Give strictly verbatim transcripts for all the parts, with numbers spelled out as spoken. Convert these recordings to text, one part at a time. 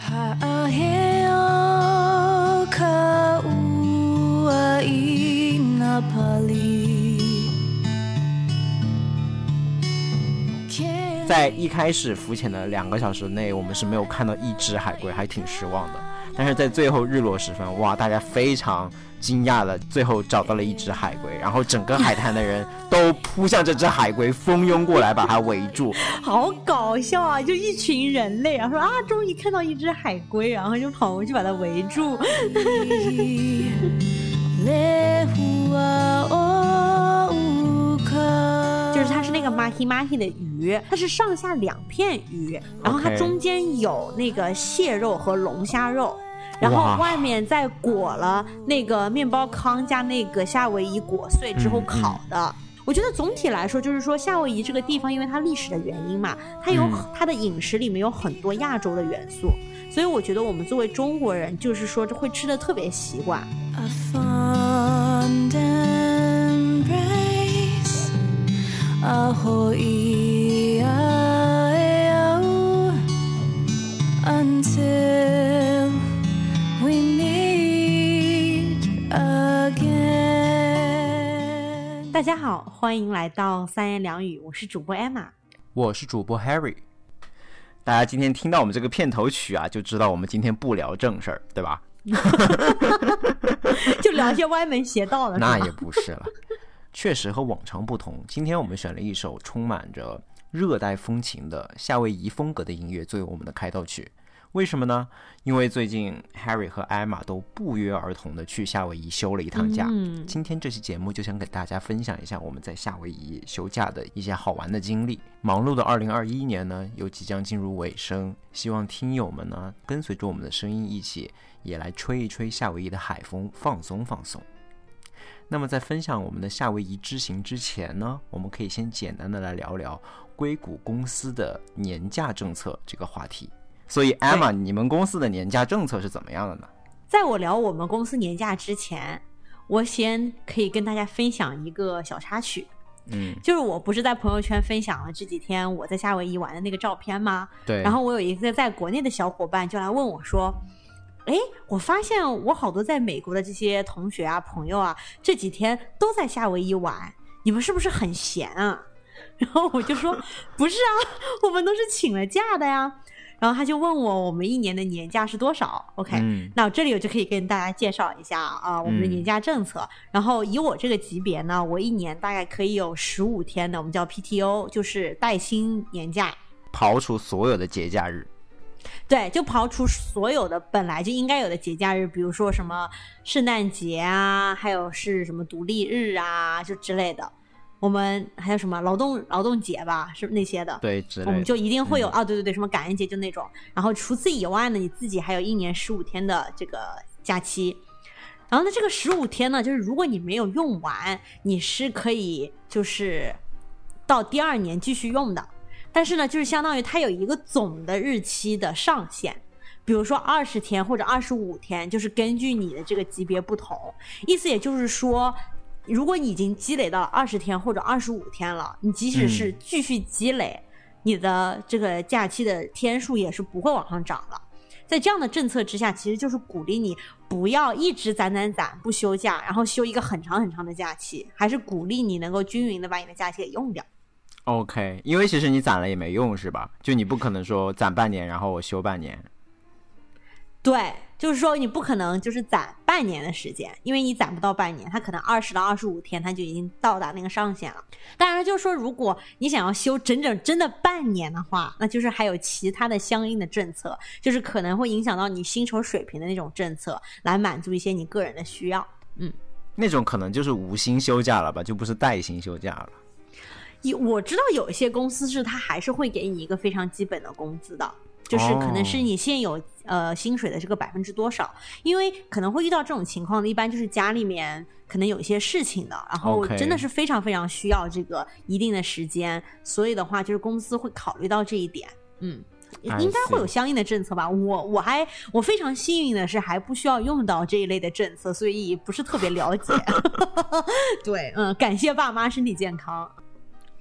在一开始浮潜的两个小时内，我们是没有看到一只海龟，还挺失望的。但是在最后日落时分，哇，大家非常惊讶的最后找到了一只海龟，然后整个海滩的人都扑向这只海龟，蜂拥过来把它围住。 好搞笑啊，就一群人类啊，说啊终于看到一只海龟，然后就跑过去把它围住。就是它是那个 mahi mahi 的鱼，它是上下两片鱼，然后它中间有那个蟹肉和龙虾肉，然后外面再裹了那个面包糠加那个夏威夷果碎之后烤的。嗯嗯，我觉得总体来说就是说夏威夷这个地方因为它历史的原因嘛，它有、嗯、它的饮食里面有很多亚洲的元素，所以我觉得我们作为中国人就是说会吃的特别习惯。Until we meet again。 大家好，欢迎来到三言两语，我是主播 Emma， 我是主播 Harry。 大家今天听到我们这个片头曲啊，就知道我们今天不聊正事儿，对吧？ 就聊些歪门邪道了。 那也不是了，确实和往常不同，今天我们选了一首充满着热带风情的夏威夷风格的音乐作为我们的开头曲。为什么呢？因为最近 Harry 和 Emma 都不约而同的去夏威夷休了一趟假、嗯、今天这期节目就想给大家分享一下我们在夏威夷休假的一些好玩的经历。忙碌的二零二一年呢又即将进入尾声，希望听友们呢跟随着我们的声音一起也来吹一吹夏威夷的海风，放松放松。那么在分享我们的夏威夷之行之前呢，我们可以先简单的来聊聊硅谷公司的年假政策这个话题。所以 Emma， 你们公司的年假政策是怎么样的呢？ 在我聊我们公司年假之前，我先可以跟大家分享一个小插曲。嗯，就是我不是在朋友圈分享了这几天我在夏威夷玩的那个照片吗？对。然后我有一个在国内的小伙伴就来问我说，哎，我发现我好多在美国的这些同学啊朋友啊这几天都在夏威夷玩，你们是不是很闲啊？然后我就说不是啊，我们都是请了假的呀。然后他就问我我们一年的年假是多少 OK、嗯、那我这里我就可以跟大家介绍一下啊，我们的年假政策、嗯、然后以我这个级别呢，我一年大概可以有十五天的我们叫 P T O， 就是带薪年假， 刨除所有的节假日。 对，就刨除所有的本来就应该有的节假日，比如说什么圣诞节啊，还有是什么独立日啊就之类的，我们还有什么劳动劳动节吧，是那些的， 对，之类的， 我们就一定会有、嗯、啊，对对对，什么感恩节就那种。然后除此以外呢，你自己还有一年十五天的这个假期。然后呢，这个十五天呢，就是如果你没有用完，你是可以就是到第二年继续用的。但是呢，就是相当于它有一个总的日期的上限。比如说二十天或者二十五天，就是根据你的这个级别不同。意思也就是说，如果你已经积累到二十天或者二十五天了，你即使是继续积累、嗯、你的这个假期的天数也是不会往上涨了。在这样的政策之下，其实就是鼓励你不要一直攒攒攒不休假，然后休一个很长很长的假期，还是鼓励你能够均匀的把你的假期给用掉。 OK， 因为其实你攒了也没用是吧？就你不可能说攒半年然后我休半年。 对，就是说你不可能就是攒半年的时间，因为你攒不到半年，它可能二十到二十五天它就已经到达那个上限了。当然就是说如果你想要休整整真的半年的话，那就是还有其他的相应的政策，就是可能会影响到你薪酬水平的那种政策，来满足一些你个人的需要。嗯， 那种可能就是无薪休假了吧，就不是带薪休假了。 我知道有一些公司是它还是会给你一个非常基本的工资的，就是可能是你现有、哦、呃薪水的这个百分之多少，因为可能会遇到这种情况的，一般就是家里面可能有一些事情的，然后真的是非常非常需要这个一定的时间， okay. 所以的话就是公司会考虑到这一点。嗯，应该会有相应的政策吧。我我还我非常幸运的是还不需要用到这一类的政策，所以不是特别了解。对，嗯，感谢爸妈身体健康。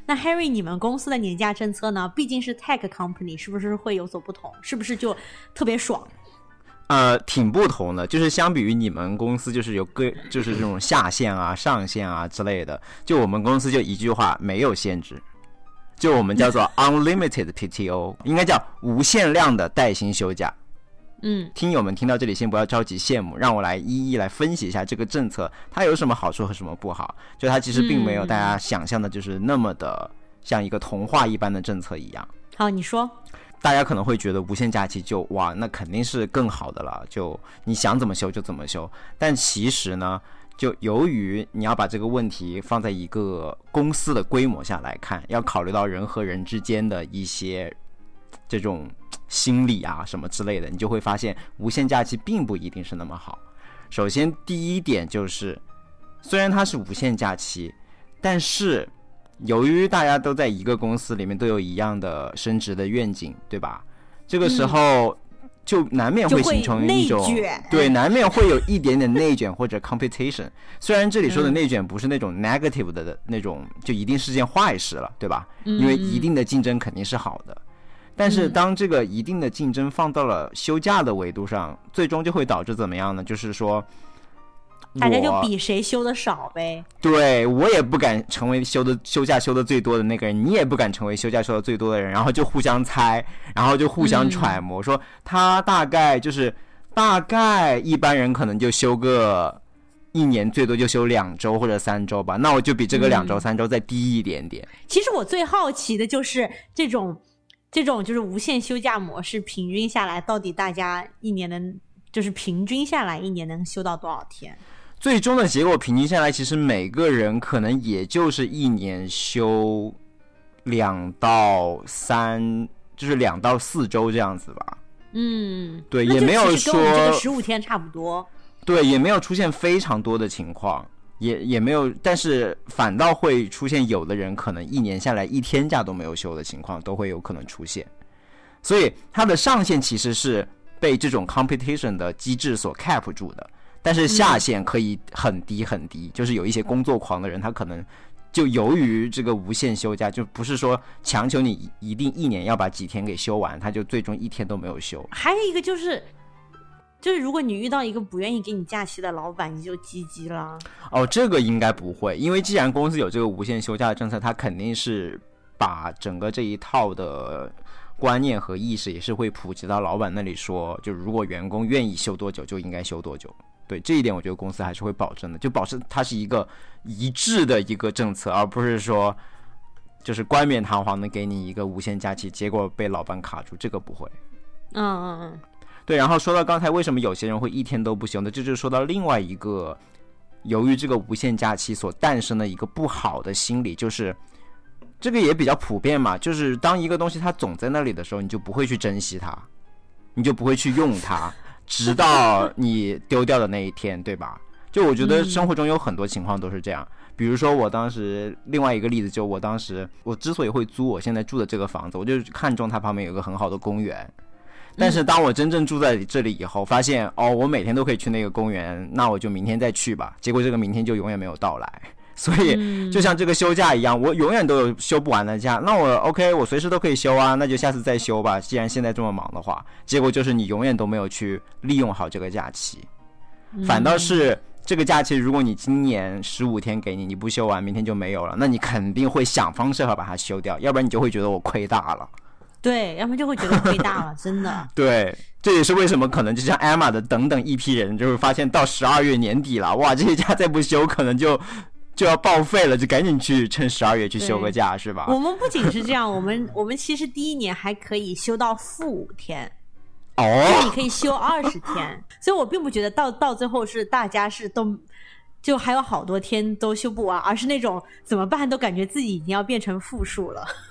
那 Harry 你们公司的年假政策呢？毕竟是 tech company， 是不是会有所不同？是不是就特别爽？ 呃，挺不同的，就是相比于你们公司，就是有个就是这种下限啊、上限啊之类的，就我们公司就一句话，没有限制，就我们叫做 unlimited P T O， 应该叫无限量的带薪休假。 嗯， 听友们听到这里先不要着急羡慕，让我来一一来分析一下这个政策它有什么好处和什么不好。就它其实并没有大家想象的就是那么的像一个童话一般的政策一样。 好，你说。 大家可能会觉得无限假期就哇，那肯定是更好的了，就你想怎么休就怎么休。但其实呢，就由于你要把这个问题放在一个公司的规模下来看，要考虑到人和人之间的一些这种心理啊什么之类的，你就会发现无限假期并不一定是那么好。首先第一点就是，虽然它是无限假期，但是由于大家都在一个公司里面都有一样的升职的愿景，对吧？这个时候就难免会形成一种、嗯、对，难免会有一点点内卷或者 competition。虽然这里说的内卷不是那种 negative 的那种，就一定是件坏事了，对吧？因为一定的竞争肯定是好的。但是当这个一定的竞争放到了休假的维度上，最终就会导致怎么样呢？就是说大家就比谁休的少呗。 对，我也不敢成为休的休假休的最多的那个人，你也不敢成为休假休的最多的人，然后就互相猜，然后就互相揣摩、嗯、说他大概就是大概一般人可能就休个一年最多就休两周或者三周吧，那我就比这个两周、嗯、三周再低一点点。 其实我最好奇的就是这种这种就是无限休假模式平均下来到底大家一年能就是平均下来一年能休到多少天？ 最终的结果平均下来，其实每个人可能也就是一年休两到三，就是两到四周这样子吧。 嗯， 对，也没有说跟我们这个十五天差不多。 对，也没有出现非常多的情况，也也没有，但是反倒会出现有的人可能一年下来一天假都没有休的情况，都会有可能出现。所以它的上限其实是被这种 competition 的机制所 cap 住的。但是下限可以很低很低、嗯、就是有一些工作狂的人，他可能就由于这个无限休假，就不是说强求你一定一年要把几天给休完，他就最终一天都没有休。 还有一个就是就是如果你遇到一个不愿意给你假期的老板，你就 G G 了。 哦，这个应该不会，因为既然公司有这个无限休假的政策，他肯定是把整个这一套的观念和意识也是会普及到老板那里，说就如果员工愿意休多久就应该休多久。对，这一点我觉得公司还是会保证的，就保证它是一个一致的一个政策，而不是说就是冠冕堂皇的给你一个无限假期，结果被老板卡住，这个不会。 嗯嗯嗯。 对，然后说到刚才为什么有些人会一天都不休呢？这就是说到另外一个由于这个无限假期所诞生的一个不好的心理，就是这个也比较普遍嘛，就是当一个东西它总在那里的时候，你就不会去珍惜它，你就不会去用它，直到你丢掉的那一天，对吧？就我觉得生活中有很多情况都是这样、嗯、比如说我当时另外一个例子，就我当时我之所以会租我现在住的这个房子，我就看中它旁边有个很好的公园，但是当我真正住在这里以后，发现哦，我每天都可以去那个公园，那我就明天再去吧，结果这个明天就永远没有到来。所以就像这个休假一样，我永远都有休不完的假，那我 OK 我随时都可以休啊，那就下次再休吧，既然现在这么忙的话。结果就是你永远都没有去利用好这个假期，反倒是这个假期如果你今年十五天给你，你不休完明天就没有了，那你肯定会想方设法把它休掉，要不然你就会觉得我亏大了。 对，要么就会觉得亏大了真的。 对，这也是为什么可能就像 Emma 的等等一批人就是发现到十二月年底了，哇，这些假再不休可能就就要报废了，就赶紧去趁十二月去休个假，是吧？ 我们不仅是这样，我们我们其实第一年还可以休到负五天， 哦， 就你可以休二十天，所以我并不觉得到到最后是大家是都就还有好多天都休不完，而是那种怎么办都感觉自己已经要变成负数了。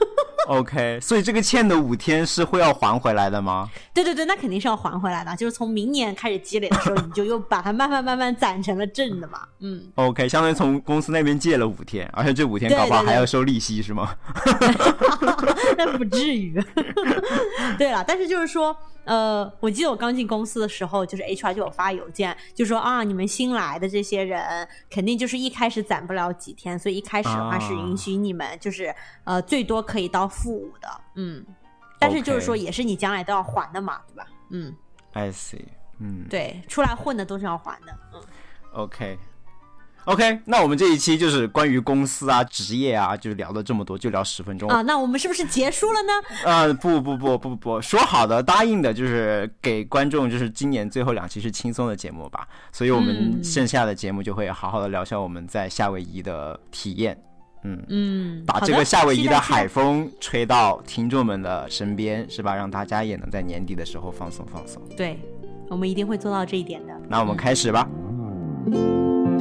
OK， 所以这个欠的五天是会要还回来的吗？ 对对对，那肯定是要还回来的，就是从明年开始积累的时候，你就又把它慢慢慢慢攒成了正的嘛。嗯 OK， 相当于从公司那边借了五天，而且这五天搞不好还要收利息是吗？ 那不至于。对了，但是就是说呃，我记得我刚进公司的时候，就是 H R 就有发邮件，就说啊，你们新来的这些人肯定就是一开始攒不了几天，所以一开始的话是允许你们就是、啊、呃最多可以到负五的，嗯，但是就是说也是你将来都要还的嘛，对吧？嗯 ，I see， 嗯， 对，出来混的都是要还的，嗯 ，OK。OK， 那我们这一期就是关于公司啊、职业啊，就聊了这么多，就聊十分钟啊。那我们是不是结束了呢？ 呃，不不不不不，说好的答应的就是给观众，就是今年最后两期是轻松的节目吧，所以我们剩下的节目就会好好的聊一下我们在夏威夷的体验。嗯嗯， 把这个夏威夷的海风吹到听众们的身边，是吧？让大家也能在年底的时候放松放松。 对，我们一定会做到这一点的。 那我们开始吧。嗯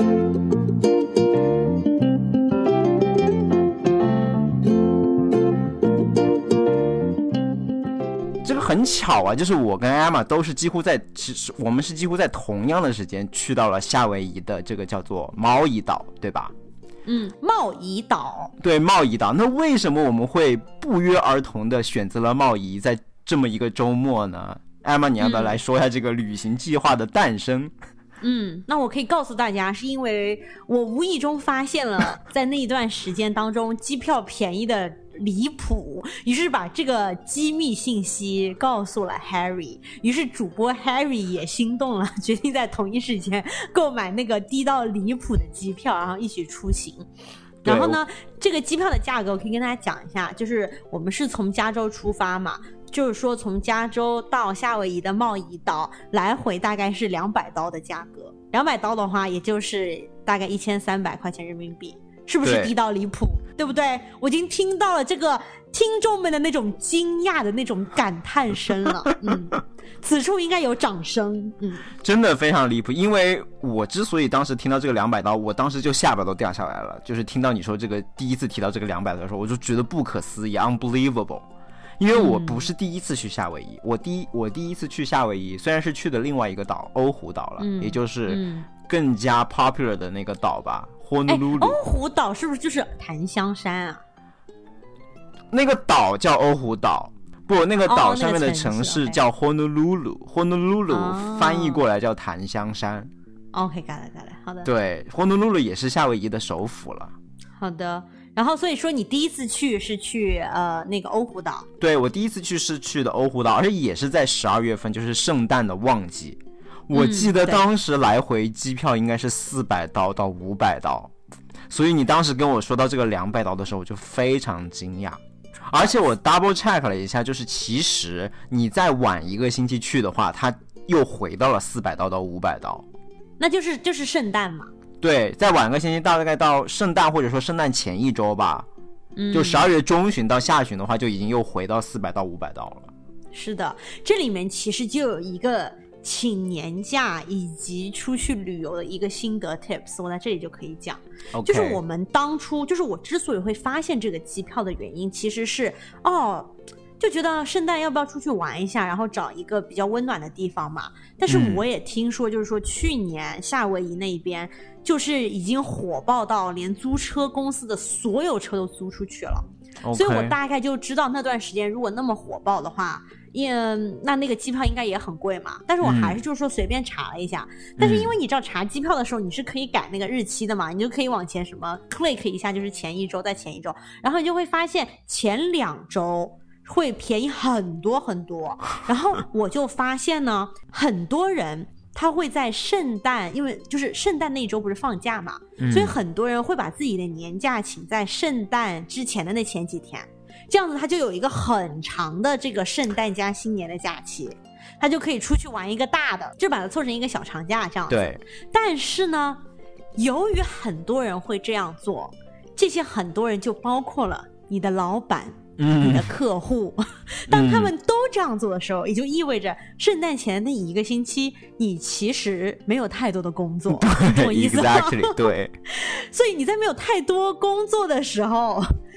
这个很巧啊，就是我跟 Emma 都是几乎在，其实我们是几乎在同样的时间去到了夏威夷的这个叫做贸易岛，对吧？ 嗯，贸易岛。 对，贸易岛。那为什么我们会不约而同的选择了贸易在这么一个周末呢？ Emma， 你要不要来说一下这个旅行计划的诞生？ 嗯，那我可以告诉大家，是因为我无意中发现了在那一段时间当中机票便宜的离谱，于是把这个机密信息告诉了 Harry， 于是主播 Harry 也心动了，决定在同一时间购买那个低到离谱的机票，然后一起出行。然后呢，这个机票的价格我可以跟大家讲一下，就是我们是从加州出发嘛，就是说从加州到夏威夷的贸易岛来回大概是两百刀的价格，两百刀的话也就是大概一千三百块钱人民币，是不是低到离谱？ 对, 对不对？我已经听到了这个听众们的那种惊讶的那种感叹声了。嗯，此处应该有掌声。嗯， 真的非常离谱，因为我之所以当时听到这个两百刀，我当时就下巴都掉下来了，就是听到你说这个第一次提到这个两百刀的时候，我就觉得不可思议 unbelievable。因为我不是第一次去夏威夷，嗯、我第一我第一次去夏威夷虽然是去的另外一个岛欧胡岛了、嗯、也就是更加 popular 的那个岛吧， Honolulu。 欧胡岛是不是就是檀香山啊？ 那个岛叫欧胡岛，不，那个岛上面的城市叫 Honolulu、哦、Honolulu、哦、翻译过来叫檀香山。 OK， got it, got it， 好的。 对， Honolulu 也是夏威夷的首府了。 好的，然后所以说你第一次去是去呃那个欧胡岛？ 对，我第一次去是去的欧胡岛，而且也是在十二月份，就是圣诞的旺季。我记得当时来回机票应该是四百刀到五百刀，所以你当时跟我说到这个两百刀的时候，我就非常惊讶。而且我 double check 了一下，就是其实你再晚一个星期去的话，它又回到了四百刀到五百刀， 那就是就是圣诞嘛。对， 再晚个星期，大概到圣诞或者说圣诞前一周吧，嗯，就十二月中旬到下旬的话，就已经又回到四百到五百刀了。 是的，这里面其实就有一个请年假以及出去旅游的一个心得 tips， 我在这里就可以讲。Okay. 就是我们当初，就是我之所以会发现这个机票的原因，其实是哦。就觉得圣诞要不要出去玩一下，然后找一个比较温暖的地方嘛。但是我也听说，就是说去年夏威夷那边就是已经火爆到连租车公司的所有车都租出去了。Okay. 所以我大概就知道那段时间如果那么火爆的话，嗯，那那个机票应该也很贵嘛。但是我还是就是说随便查了一下、嗯、但是因为你知道查机票的时候你是可以改那个日期的嘛，你就可以往前什么 click 一下，就是前一周再前一周，然后你就会发现前两周会便宜很多很多。然后我就发现呢，很多人他会在圣诞，因为就是圣诞那一周不是放假嘛、嗯、所以很多人会把自己的年假请在圣诞之前的那前几天，这样子他就有一个很长的这个圣诞加新年的假期，他就可以出去玩一个大的，就把它凑成一个小长假这样子。 对， 但是呢，由于很多人会这样做，这些很多人就包括了你的老板、你的客户、嗯、当他们都这样做的时候、嗯、也就意味着圣诞前的那一个星期你其实没有太多的工作，懂我意思吗？ Exactly， 对。 所以你在没有太多工作的时候，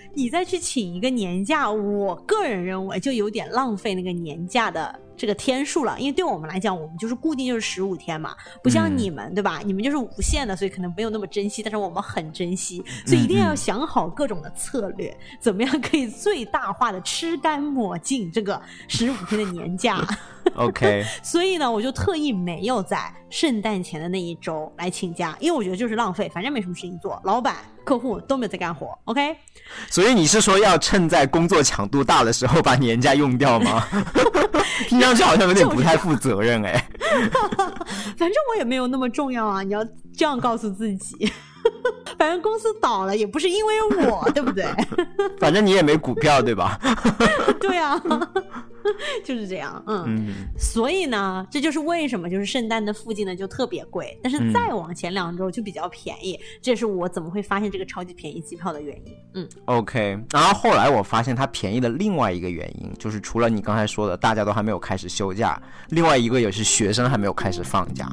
你再去请一个年假，我个人认为就有点浪费那个年假的这个天数了，因为对我们来讲，我们就是固定就是十五天嘛，不像你们、嗯、对吧？你们就是无限的，所以可能没有那么珍惜，但是我们很珍惜，所以一定要想好各种的策略，嗯、怎么样可以最大化的吃干抹净这个十五天的年假。 OK， 所以呢，我就特意没有在圣诞前的那一周来请假，因为我觉得就是浪费，反正没什么事情做，老板、客户都没有在干活。OK， 所以你是说要趁在工作强度大的时候把年假用掉吗？听上去好像有点不太负责任哎、欸。 反正我也没有那么重要啊，你要这样告诉自己。反正公司倒了也不是因为我，对不对？ 反正你也没股票，对吧？ 对啊，就是这样。嗯, 嗯，所以呢，这就是为什么就是圣诞的附近呢就特别贵，但是再往前两周就比较便宜、嗯、这是我怎么会发现这个超级便宜机票的原因。嗯 OK， 然后后来我发现它便宜的另外一个原因就是除了你刚才说的大家都还没有开始休假，另外一个也是学生还没有开始放假。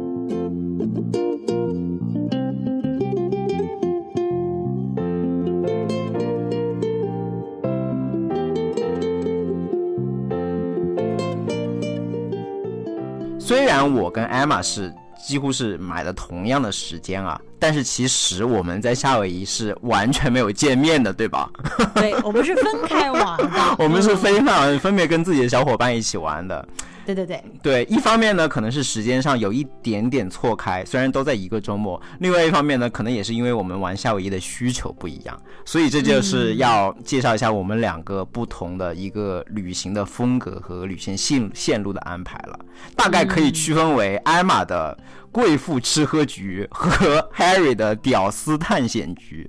虽然我跟 Emma 是几乎是买的同样的时间啊，但是其实我们在夏威夷是完全没有见面的，对吧？ 对，我们是分开玩的。 我们是分开分别跟自己的小伙伴一起玩的。 对对对对，一方面呢可能是时间上有一点点错开，虽然都在一个周末，另外一方面呢可能也是因为我们玩夏威夷的需求不一样，所以这就是要介绍一下我们两个不同的一个旅行的风格和旅行线线路的安排了，大概可以区分为艾玛的贵妇吃喝局和 Harry 的屌丝探险局。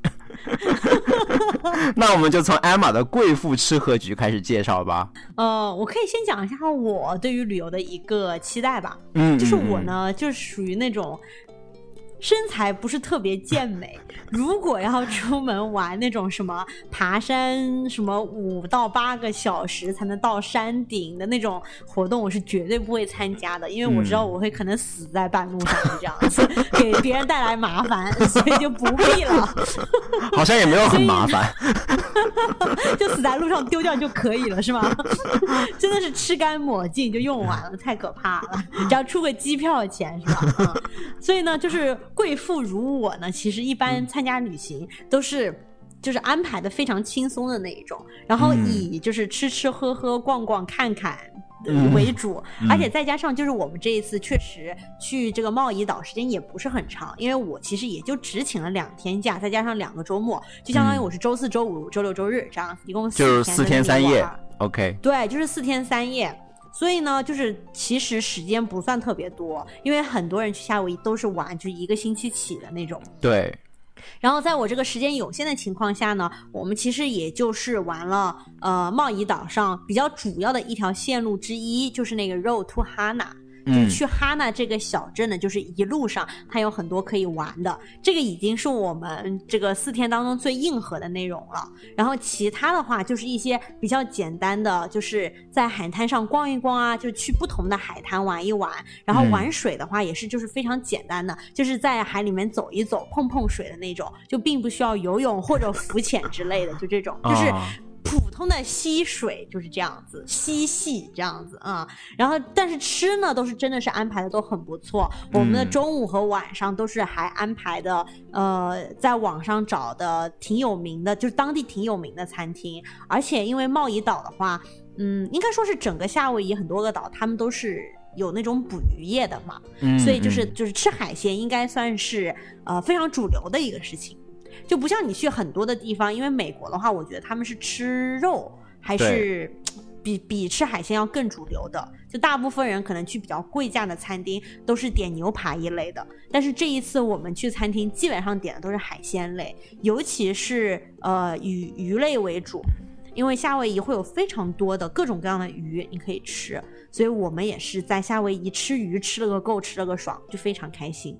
那我们就从 Emma 的贵妇吃喝局开始介绍吧。 呃，我可以先讲一下我对于旅游的一个期待吧。 嗯， 就是我呢，就是属于那种身材不是特别健美，如果要出门玩那种什么爬山什么五到八个小时才能到山顶的那种活动，我是绝对不会参加的，因为我知道我会可能死在半路上，这样子给别人带来麻烦，所以就不必了。 好像也没有很麻烦， 就死在路上丢掉就可以了，是吗？真的是吃干抹净就用完了，太可怕了，只要出个机票钱，是吧？嗯，所以呢，就是贵妇如我呢，其实一般参加旅行都是就是安排的非常轻松的那一种，然后以就是吃吃喝喝逛逛看看为主、嗯、而且再加上就是我们这一次确实去这个茂宜岛时间也不是很长，因为我其实也就只请了两天假，再加上两个周末，就相当于我是周四周五周六周日这样，一共四天， 就是四天三夜。 OK， 对，就是四天三夜。所以呢，就是其实时间不算特别多，因为很多人去夏威夷都是玩就是一个星期起的那种。 对。 然后在我这个时间有限的情况下呢，我们其实也就是玩了呃茂宜岛上比较主要的一条线路之一，就是那个 Road to Hana。就是去哈纳这个小镇呢，就是一路上它有很多可以玩的，这个已经是我们这个四天当中最硬核的内容了。然后其他的话就是一些比较简单的，就是在海滩上逛一逛啊，就去不同的海滩玩一玩。然后玩水的话也是就是非常简单的、嗯、就是在海里面走一走碰碰水的那种，就并不需要游泳或者浮潜之类的，就这种就是普通的溪水，就是这样子嬉戏这样子啊、嗯。然后但是吃呢都是真的是安排的都很不错，我们的中午和晚上都是还安排的呃在网上找的挺有名的，就是当地挺有名的餐厅。而且因为茂宜岛的话嗯应该说是整个夏威夷很多个岛他们都是有那种捕鱼业的嘛、嗯、所以就是就是吃海鲜应该算是呃非常主流的一个事情，就不像你去很多的地方，因为美国的话我觉得他们是吃肉还是比比吃海鲜要更主流的，就大部分人可能去比较贵价的餐厅都是点牛排一类的，但是这一次我们去餐厅基本上点的都是海鲜类，尤其是呃以鱼类为主，因为夏威夷会有非常多的各种各样的鱼你可以吃，所以我们也是在夏威夷吃鱼吃了个够吃了个爽，就非常开心。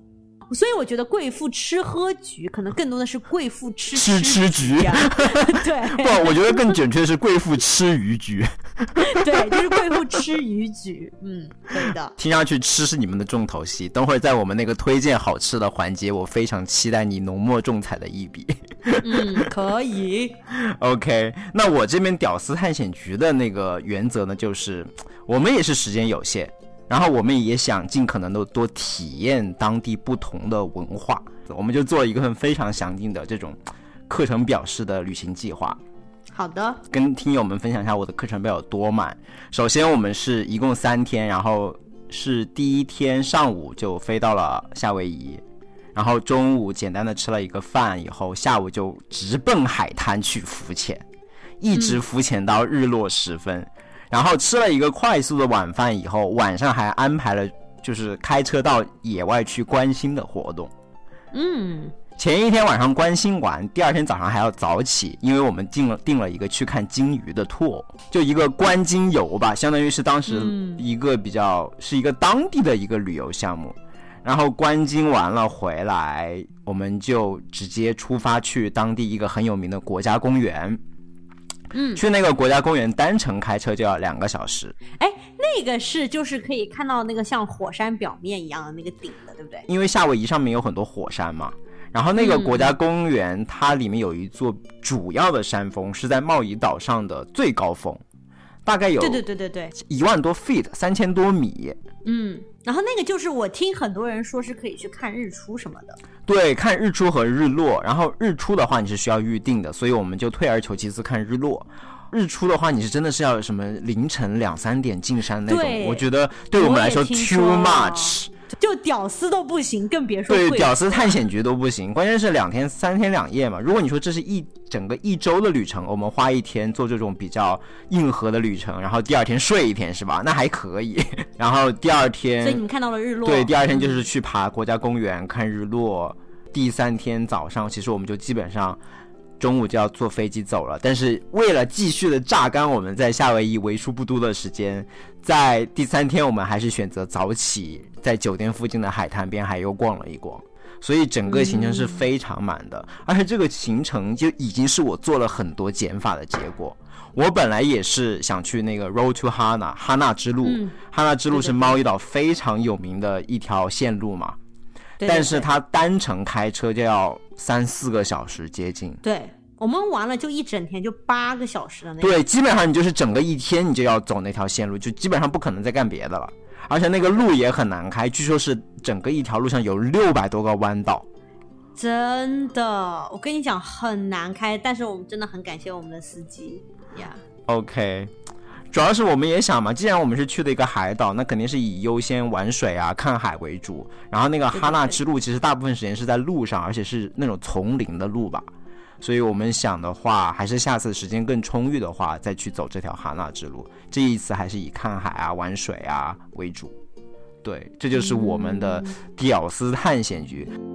所以我觉得贵妇吃喝局可能更多的是贵妇吃吃吃局对， 不，我觉得更准确的是贵妇吃鱼局对，就是贵妇吃鱼局，嗯，对的。 听上去吃是你们的重头戏，等会儿在我们那个推荐好吃的环节，我非常期待你浓墨重彩的一笔嗯，可以 OK， 那我这边屌丝探险局的那个原则呢，就是我们也是时间有限，然后我们也想尽可能的多体验当地不同的文化，我们就做了一个非常详尽的这种课程表式的旅行计划。 好的， 跟听友们分享一下我的课程表有多满。首先我们是一共三天，然后是第一天上午就飞到了夏威夷，然后中午简单的吃了一个饭以后，下午就直奔海滩去浮潜，一直浮潜到日落时分、嗯、然后吃了一个快速的晚饭以后，晚上还安排了就是开车到野外去观星的活动。 嗯， 前一天晚上观星完，第二天早上还要早起，因为我们定了定了一个去看鲸鱼的 tour， 就一个观鲸游吧，相当于是当时一个比较、嗯、是一个当地的一个旅游项目。然后观鲸完了回来，我们就直接出发去当地一个很有名的国家公园。嗯，去那个国家公园单程开车就要两个小时。 哎，那个是就是可以看到那个像火山表面一样的那个顶的，对不对？ 因为夏威夷上面有很多火山嘛，然后那个国家公园、嗯、它里面有一座主要的山峰，是在贸易岛上的最高峰，大概有对对对对对一万多 feet， 三千多米。 嗯，然后那个就是我听很多人说是可以去看日出什么的。 对，看日出和日落，然后日出的话你是需要预定的，所以我们就退而求其次看日落。日出的话你是真的是要什么凌晨两三点进山那种，我觉得对我们来说 too much， 就屌丝都不行，更别说对屌丝探险局都不行。关键是两天三天两夜嘛，如果你说这是一整个一周的旅程，我们花一天做这种比较硬核的旅程，然后第二天睡一天是吧，那还可以。然后第二天所以你们看到了日落， 对，第二天就是去爬国家公园看日落。第三天早上其实我们就基本上中午就要坐飞机走了，但是为了继续的榨干我们在夏威夷为数不多的时间，在第三天我们还是选择早起，在酒店附近的海滩边还又逛了一逛，所以整个行程是非常满的、嗯、而且这个行程就已经是我做了很多减法的结果。我本来也是想去那个 Road to Hana 哈纳之路、嗯、哈纳之路是猫屿岛非常有名的一条线路嘛，对对对，但是它单程开车就要三四个小时接近。 对，我们玩了就一整天就八个小时的那种。 对，基本上你就是整个一天你就要走那条线路，就基本上不可能再干别的了。而且那个路也很难开，据说是整个一条路上有六百多个弯道。 真的，我跟你讲很难开，但是我们真的很感谢我们的司机呀。Yeah. OK。主要是我们也想嘛，既然我们是去的一个海岛，那肯定是以优先玩水啊看海为主，然后那个哈纳之路其实大部分时间是在路上，而且是那种丛林的路吧，所以我们想的话还是下次时间更充裕的话再去走这条哈纳之路，这一次还是以看海啊玩水啊为主。对，这就是我们的屌丝探险局、嗯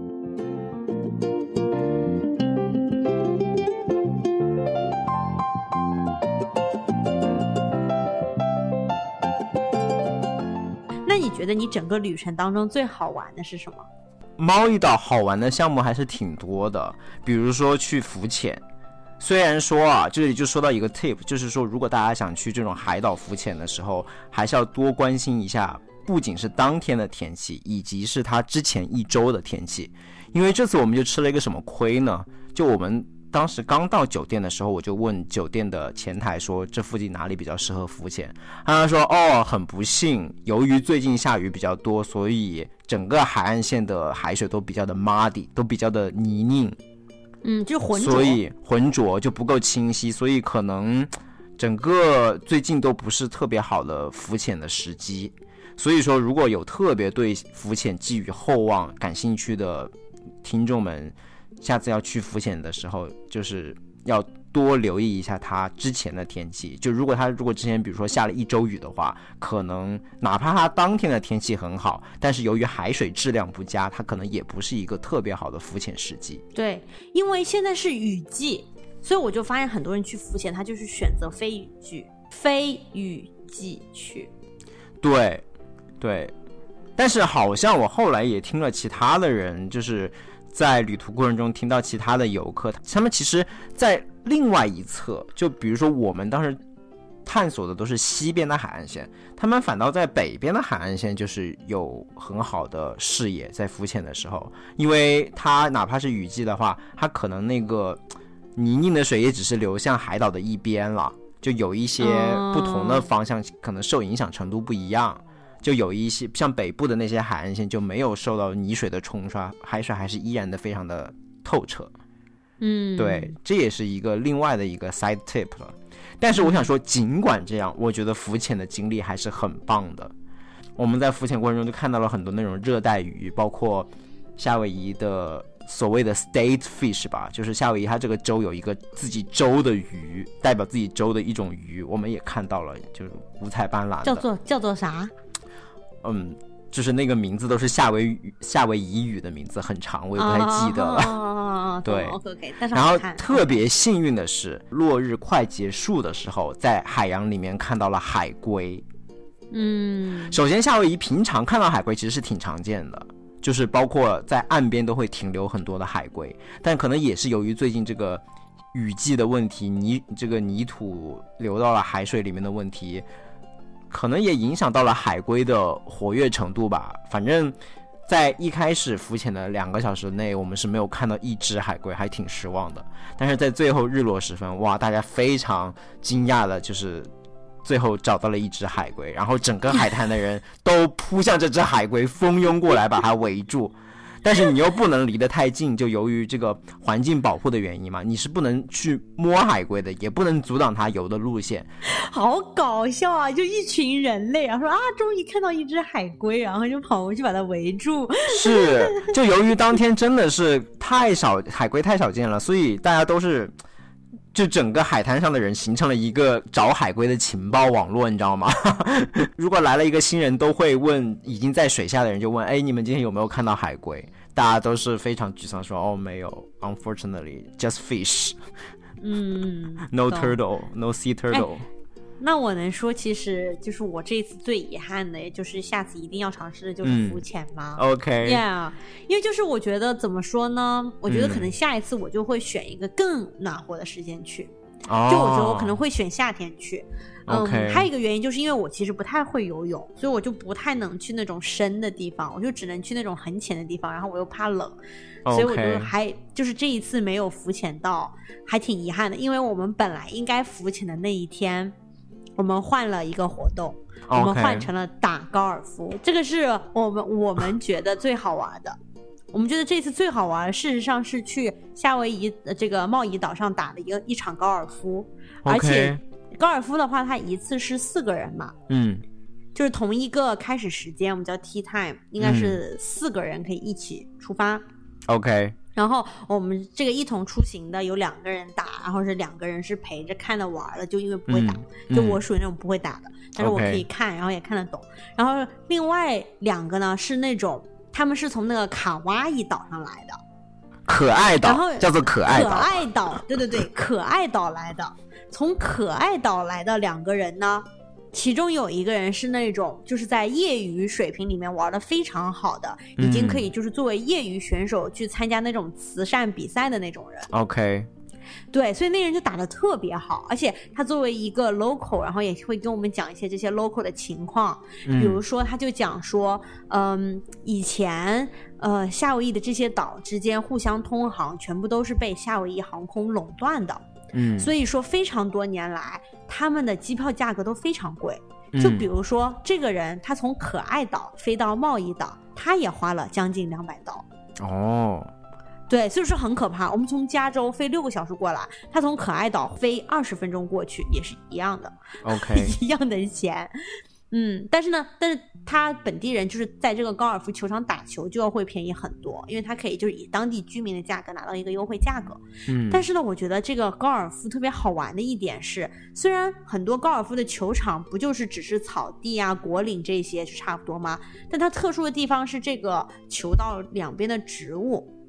觉得你整个旅程当中最好玩的是什么？ 猫屿岛好玩的项目还是挺多的，比如说去浮潜。虽然说啊，这里就说到一个 tip， 就是说如果大家想去这种海岛浮潜的时候，还是要多关心一下不仅是当天的天气，以及是它之前一周的天气。因为这次我们就吃了一个什么亏呢，就我们当时刚到酒店的时候，我就问酒店的前台说这附近哪里比较适合浮潜，他说哦，很不幸，由于最近下雨比较多，所以整个海岸线的海水都比较的 muddy， 都比较的泥泞， 嗯，就浑浊， 所以浑浊就不够清晰，所以可能整个最近都不是特别好的浮潜的时机。所以说如果有特别对浮潜寄予厚望感兴趣的听众们，下次要去浮潜的时候就是要多留意一下它之前的天气，就如果它如果之前比如说下了一周雨的话，可能哪怕它当天的天气很好，但是由于海水质量不佳，它可能也不是一个特别好的浮潜时机。 对，因为现在是雨季，所以我就发现很多人去浮潜他就是选择非雨季非雨季去。 对对， 但是好像我后来也听了其他的人，就是在旅途过程中听到其他的游客，他们其实在另外一侧，就比如说我们当时探索的都是西边的海岸线，他们反倒在北边的海岸线就是有很好的视野，在浮潜的时候，因为它哪怕是雨季的话，它可能那个泥泞的水也只是流向海岛的一边了，就有一些不同的方向可能受影响程度不一样，就有一些像北部的那些海岸线就没有受到泥水的冲刷，海水还是依然的非常的透彻。 嗯， 对，这也是一个另外的一个 side tip 了。但是我想说，尽管这样，我觉得浮潜的经历还是很棒的。我们在浮潜过程中就看到了很多那种热带鱼，包括夏威夷的所谓的 state fish 吧，就是夏威夷它这个州有一个自己州的鱼，代表自己州的一种鱼，我们也看到了，就是五彩斑斓的。 叫做叫做啥？ 嗯，就是那个名字都是夏威夷夏威夷语的名字，很长，我也不太记得了。 哦， 对 ，OK OK。但是然后特别幸运的是，落日快结束的时候，在海洋里面看到了海龟。 嗯， 首先夏威夷平常看到海龟其实是挺常见的，就是包括在岸边都会停留很多的海龟，但可能也是由于最近这个雨季的问题，泥这个泥土流到了海水里面的问题，可能也影响到了海龟的活跃程度吧。反正在一开始浮潜的两个小时内，我们是没有看到一只海龟，还挺失望的。但是在最后日落时分，哇，大家非常惊讶的就是最后找到了一只海龟，然后整个海滩的人都扑向这只海龟，蜂拥过来把它围住。但是你又不能离得太近，就由于这个环境保护的原因嘛，你是不能去摸海龟的，也不能阻挡它游的路线。 好搞笑啊！就一群人类啊，说啊，终于看到一只海龟，然后就跑过去把它围住。 是，就由于当天真的是太少海龟太少见了，所以大家都是。就整个海滩上的人形成了一个找海龟的情报网络，你知道吗？如果来了一个新人，都会问已经在水下的人，就问，哎，你们今天有没有看到海龟？大家都是非常沮丧说，哦，没有 ，unfortunately just fish。 嗯 ，no turtle, no sea turtle。 那我能说，其实就是我这次最遗憾的，也就是下次一定要尝试的就是浮潜吗、 嗯、？OK， yeah， 因为就是我觉得怎么说呢？我觉得可能下一次我就会选一个更暖和的时间去， 哦、 就我觉得我可能会选夏天去。嗯 OK， 还有一个原因就是因为我其实不太会游泳，所以我就不太能去那种深的地方，我就只能去那种很浅的地方，然后我又怕冷。 Okay. 所以我就还就是这一次没有浮潜到，还挺遗憾的，因为我们本来应该浮潜的那一天。我们换了一个活动， Okay. 我们换成了打高尔夫，这个是我们我们觉得最好玩的。我们觉得这次最好玩，事实上是去夏威夷这个茂宜岛上打的一个一场高尔夫， Okay. 而且高尔夫的话，它一次是四个人嘛， 嗯， 就是同一个开始时间，我们叫 tea time， 应该是四个人可以一起出发。 嗯、OK。 然后我们这个一同出行的有两个人打，然后是两个人是陪着看着玩的，就因为不会打、嗯、就我属于那种不会打的、嗯、但是我可以看、okay. 然后也看得懂。然后另外两个呢是那种他们是从那个卡哇伊岛上来的， 可爱岛， 然后叫做可爱岛， 可爱岛，对对对，可爱岛来的。从可爱岛来的两个人呢，其中有一个人是那种就是在业余水平里面玩得非常好的、嗯、已经可以就是作为业余选手去参加那种慈善比赛的那种人。 OK， 对，所以那人就打得特别好，而且他作为一个 local， 然后也会跟我们讲一些这些 local 的情况、嗯、比如说他就讲说嗯，以前呃夏威夷的这些岛之间互相通航全部都是被夏威夷航空垄断的， 嗯， 所以说非常多年来他们的机票价格都非常贵。就比如说、嗯、这个人他从可爱岛飞到茂宜岛，他也花了将近两百刀。 哦， 对，所以说很可怕。我们从加州飞六个小时过来，他从可爱岛飞二十分钟过去也是一样的。 OK， 一样的钱。嗯，但是呢，但是他本地人就是在这个高尔夫球场打球就要会便宜很多，因为他可以就是以当地居民的价格拿到一个优惠价格。 嗯， 但是呢，我觉得这个高尔夫特别好玩的一点是，虽然很多高尔夫的球场不就是只是草地啊、果岭这些是差不多吗？但它特殊的地方是这个球道两边的植物。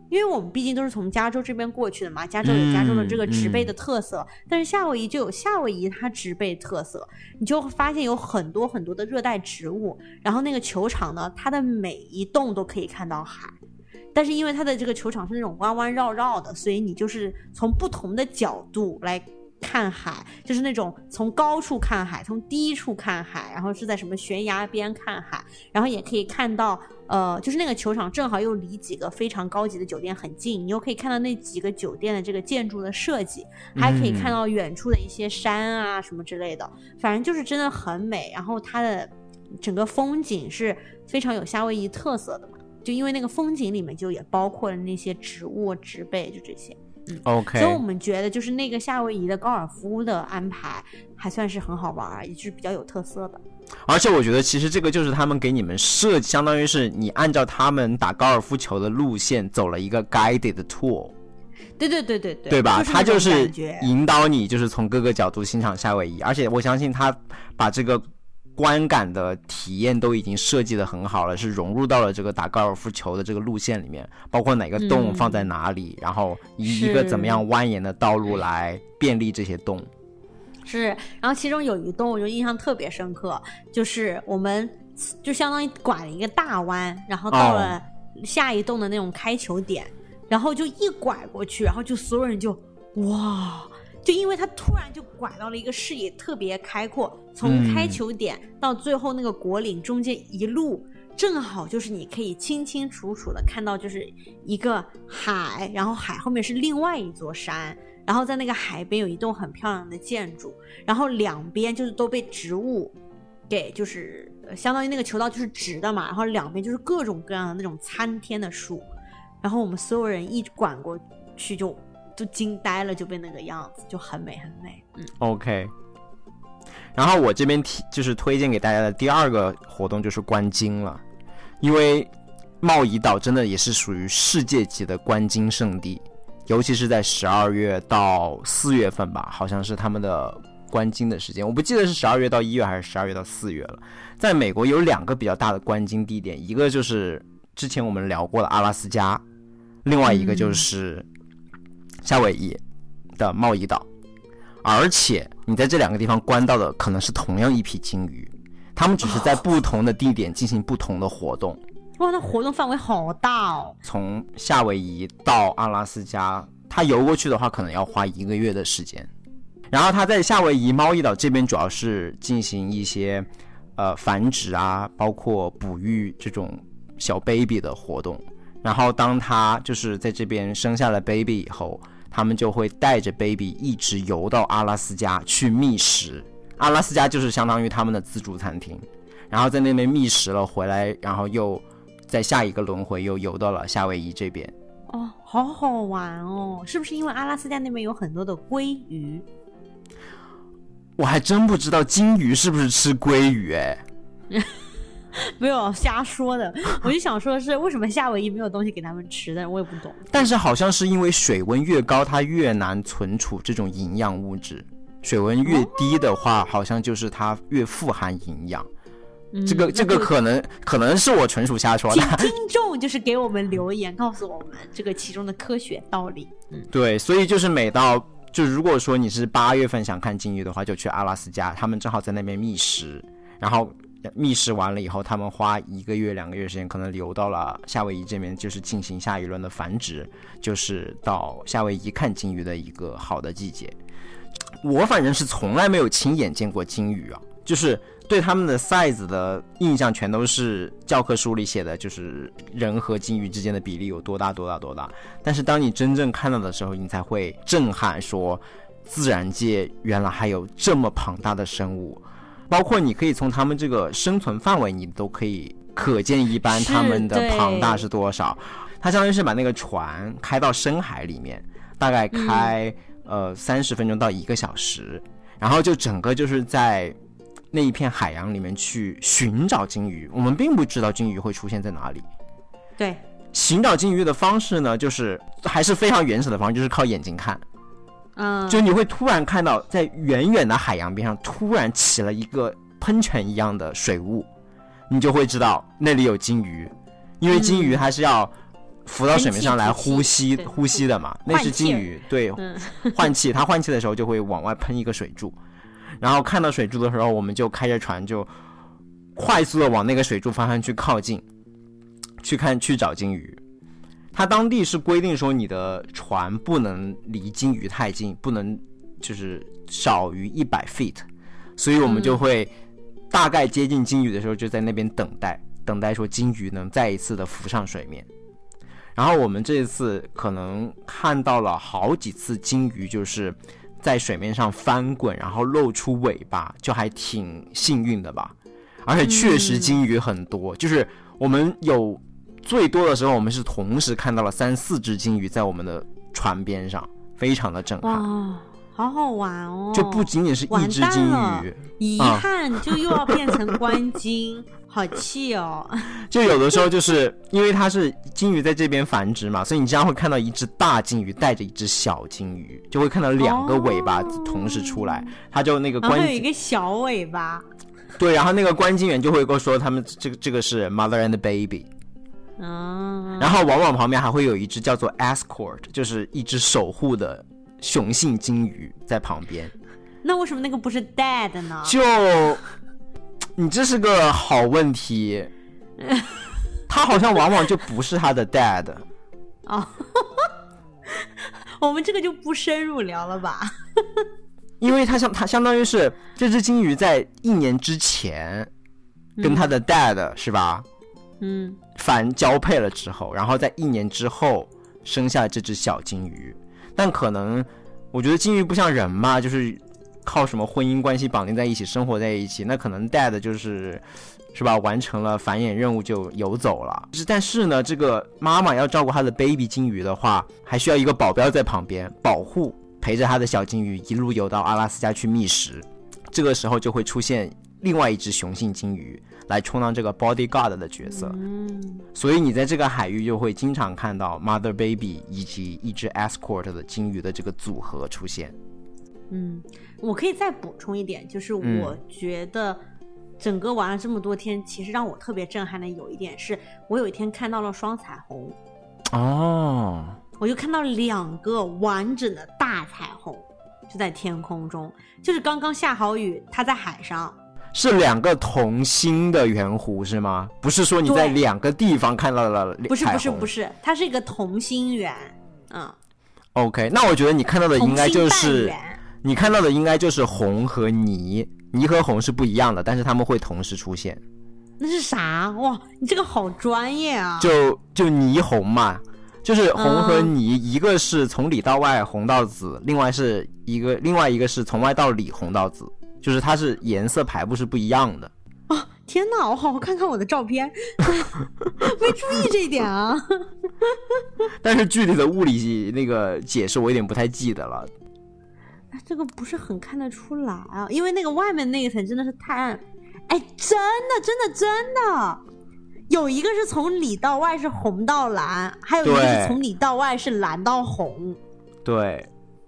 因为我们毕竟都是从加州这边过去的嘛，加州有加州的这个植被的特色， 嗯嗯、 但是夏威夷就有夏威夷它植被特色，你就会发现有很多很多的热带植物，然后那个球场呢，它的每一栋都可以看到海，但是因为它的这个球场是那种弯弯绕绕的，所以你就是从不同的角度来看海，就是那种从高处看海，从低处看海，然后是在什么悬崖边看海，然后也可以看到呃，就是那个球场正好又离几个非常高级的酒店很近，你又可以看到那几个酒店的这个建筑的设计，还可以看到远处的一些山啊什么之类的，反正就是真的很美，然后它的整个风景是非常有夏威夷特色的嘛，就因为那个风景里面就也包括了那些植物植被，就这些。嗯 OK， 所以我们觉得就是那个夏威夷的高尔夫的安排还算是很好玩，也是比较有特色的。 而且我觉得其实这个就是他们给你们设计，相当于是你按照他们打高尔夫球的路线走了一个 guided tour。 对对对对对， 对吧？ 就是他就是引导你，就是从各个角度欣赏夏威夷，而且我相信他把这个观感的体验都已经设计得很好了，是融入到了这个打高尔夫球的这个路线里面，包括哪个洞放在哪里，嗯、然后以一个怎么样蜿蜒的道路来便利这些洞。 是，然后其中有一洞我就印象特别深刻，就是我们就相当于拐了一个大弯，然后到了下一洞的那种开球点，哦、然后就一拐过去，然后就所有人就哇。就因为他突然就拐到了一个视野特别开阔，从开球点到最后那个果岭中间一路、嗯、正好就是你可以清清楚楚的看到就是一个海，然后海后面是另外一座山，然后在那个海边有一栋很漂亮的建筑，然后两边就是都被植物给就是相当于那个球道就是直的嘛，然后两边就是各种各样的那种参天的树，然后我们所有人一拐过去就就惊呆了，就被那个样子，就很美很美。嗯 OK， 然后我这边提就是推荐给大家的第二个活动就是观鲸了，因为茂宜岛真的也是属于世界级的观鲸圣地，尤其是在十二月到四月份吧，好像是他们的观鲸的时间，我不记得是十二月到一月还是十二月到四月了。在美国有两个比较大的观鲸地点，一个就是之前我们聊过的阿拉斯加，另外一个就是夏威夷的茂宜岛，而且你在这两个地方观到的可能是同样一批鲸鱼，他们只是在不同的地点进行不同的活动。 哇，那活动范围好大哦！ 从夏威夷到阿拉斯加，他游过去的话可能要花一个月的时间。然后他在夏威夷茂宜岛这边主要是进行一些呃繁殖啊，包括哺育这种小 baby 的活动。然后当他就是在这边生下了 baby 以后，他们就会带着 baby 一直游到阿拉斯加去觅食，阿拉斯加就是相当于他们的自助餐厅，然后在那边觅食了回来，然后又在下一个轮回又游到了夏威夷这边。 哦，好好玩哦！是不是因为阿拉斯加那边有很多的鲑鱼？ 我还真不知道鲸鱼是不是吃鲑鱼哎。 没有瞎说的，我就想说的是为什么夏威夷没有东西给他们吃，但是我也不懂。 但是好像是因为水温越高它越难存储这种营养物质，水温越低的话、哦、好像就是它越富含营养、嗯、这个这个可能可能是我纯属瞎说的， 请听众就是给我们留言告诉我们这个其中的科学道理、嗯、 对，所以就是每到就如果说你是八月份想看鲸鱼的话，就去阿拉斯加，他们正好在那边觅食，然后觅食完了以后，他们花一个月两个月时间可能流到了夏威夷这边，就是进行下一轮的繁殖，就是到夏威夷看鲸鱼的一个好的季节。我反正是从来没有亲眼见过鲸鱼啊，就是对他们的 size 的印象全都是教科书里写的，就是人和鲸鱼之间的比例有多大多大多大，但是当你真正看到的时候，你才会震撼说自然界原来还有这么庞大的生物，包括你可以从他们这个生存范围你都可以可见一斑他们的庞大是多少。他相当于是把那个船开到深海里面，大概开、嗯、呃三十分钟到一个小时，然后就整个就是在那一片海洋里面去寻找鲸鱼。我们并不知道鲸鱼会出现在哪里， 对， 寻找鲸鱼的方式呢，就是还是非常原始的方式，就是靠眼睛看。 嗯， 就你会突然看到在远远的海洋边上突然起了一个喷泉一样的水雾，你就会知道那里有鲸鱼，因为鲸鱼还是要浮到水面上来呼吸呼吸的嘛，那是鲸鱼，对，嗯、换气，它换气的时候就会往外喷一个水柱，然后看到水柱的时候，我们就开着船就快速的往那个水柱方向去靠近，去看去找鲸鱼。它当地是规定说你的船不能离鲸鱼太近，不能就是少于一百 feet， 所以我们就会大概接近鲸鱼的时候就在那边等待，等待说鲸鱼能再一次的浮上水面。然后我们这一次可能看到了好几次鲸鱼就是在水面上翻滚，然后露出尾巴，就还挺幸运的吧。而且确实鲸鱼很多，嗯、就是我们有最多的时候，我们是同时看到了三四只鲸鱼在我们的船边上，非常的震撼。 哇，好好玩哦！ 就不仅仅是一只鲸鱼， 遗憾就又要变成观鲸，好气哦！ 就有的时候就是因为它是鲸鱼在这边繁殖嘛，所以你经常会看到一只大鲸鱼带着一只小鲸鱼，就会看到两个尾巴同时出来，哦、它就那个观， 然后有一个小尾巴。 对，然后那个观鲸员就会跟我说，他们这个这个是 mother and baby。 嗯， 然后往往旁边还会有一只叫做 escort， 就是一只守护的雄性鲸鱼在旁边。 那为什么那个不是 dad 呢？ 就你这是个好问题，他好像往往就不是他的 dad。 哦，我们这个就不深入聊了吧。 因为他相他相当于是这只鲸鱼在一年之前跟他的 dad、嗯、是吧？ 嗯， 反交配了之后，然后在一年之后生下这只小鲸鱼。但可能我觉得鲸鱼不像人嘛，就是靠什么婚姻关系绑定在一起，生活在一起，那可能 dad 就是是吧，完成了繁衍任务就游走了。但是呢，这个妈妈要照顾她的 baby 鲸鱼的话，还需要一个保镖在旁边保护，陪着她的小鲸鱼一路游到阿拉斯加去觅食。这个时候就会出现另外一只雄性鲸鱼来充当这个 bodyguard 的角色、 嗯、 所以你在这个海域就会经常看到 mother baby 以及一只 escort 的鲸鱼的这个组合出现。 嗯，我可以再补充一点，就是我觉得整个玩了这么多天、嗯、其实让我特别震撼的有一点是，我有一天看到了双彩虹。 哦， 我就看到两个完整的大彩虹就在天空中，就是刚刚下好雨，它在海上， 是两个同心的圆弧是吗？不是说你在两个地方看到了彩虹？ 不是不是不是，它是一个同心圆。嗯 OK， 那我觉得你看到的应该就是你看到的应该就是红和泥，泥和红是不一样的，但是他们会同时出现。 那是啥？哇，你这个好专业啊！ 就就霓虹嘛，就是红和泥、嗯、一个是从里到外红到紫，另外是一个另外一个是从外到里红到紫，就是它是颜色排布是不一样的。 哦，天哪，我好好看看我的照片，没注意这一点啊。 但是具体的物理那个解释我有点不太记得了。 这个不是很看得出来啊，因为那个外面那一层真的是太暗。哎，真的真的真的有一个是从里到外是红到蓝，还有一个是从里到外是蓝到红。对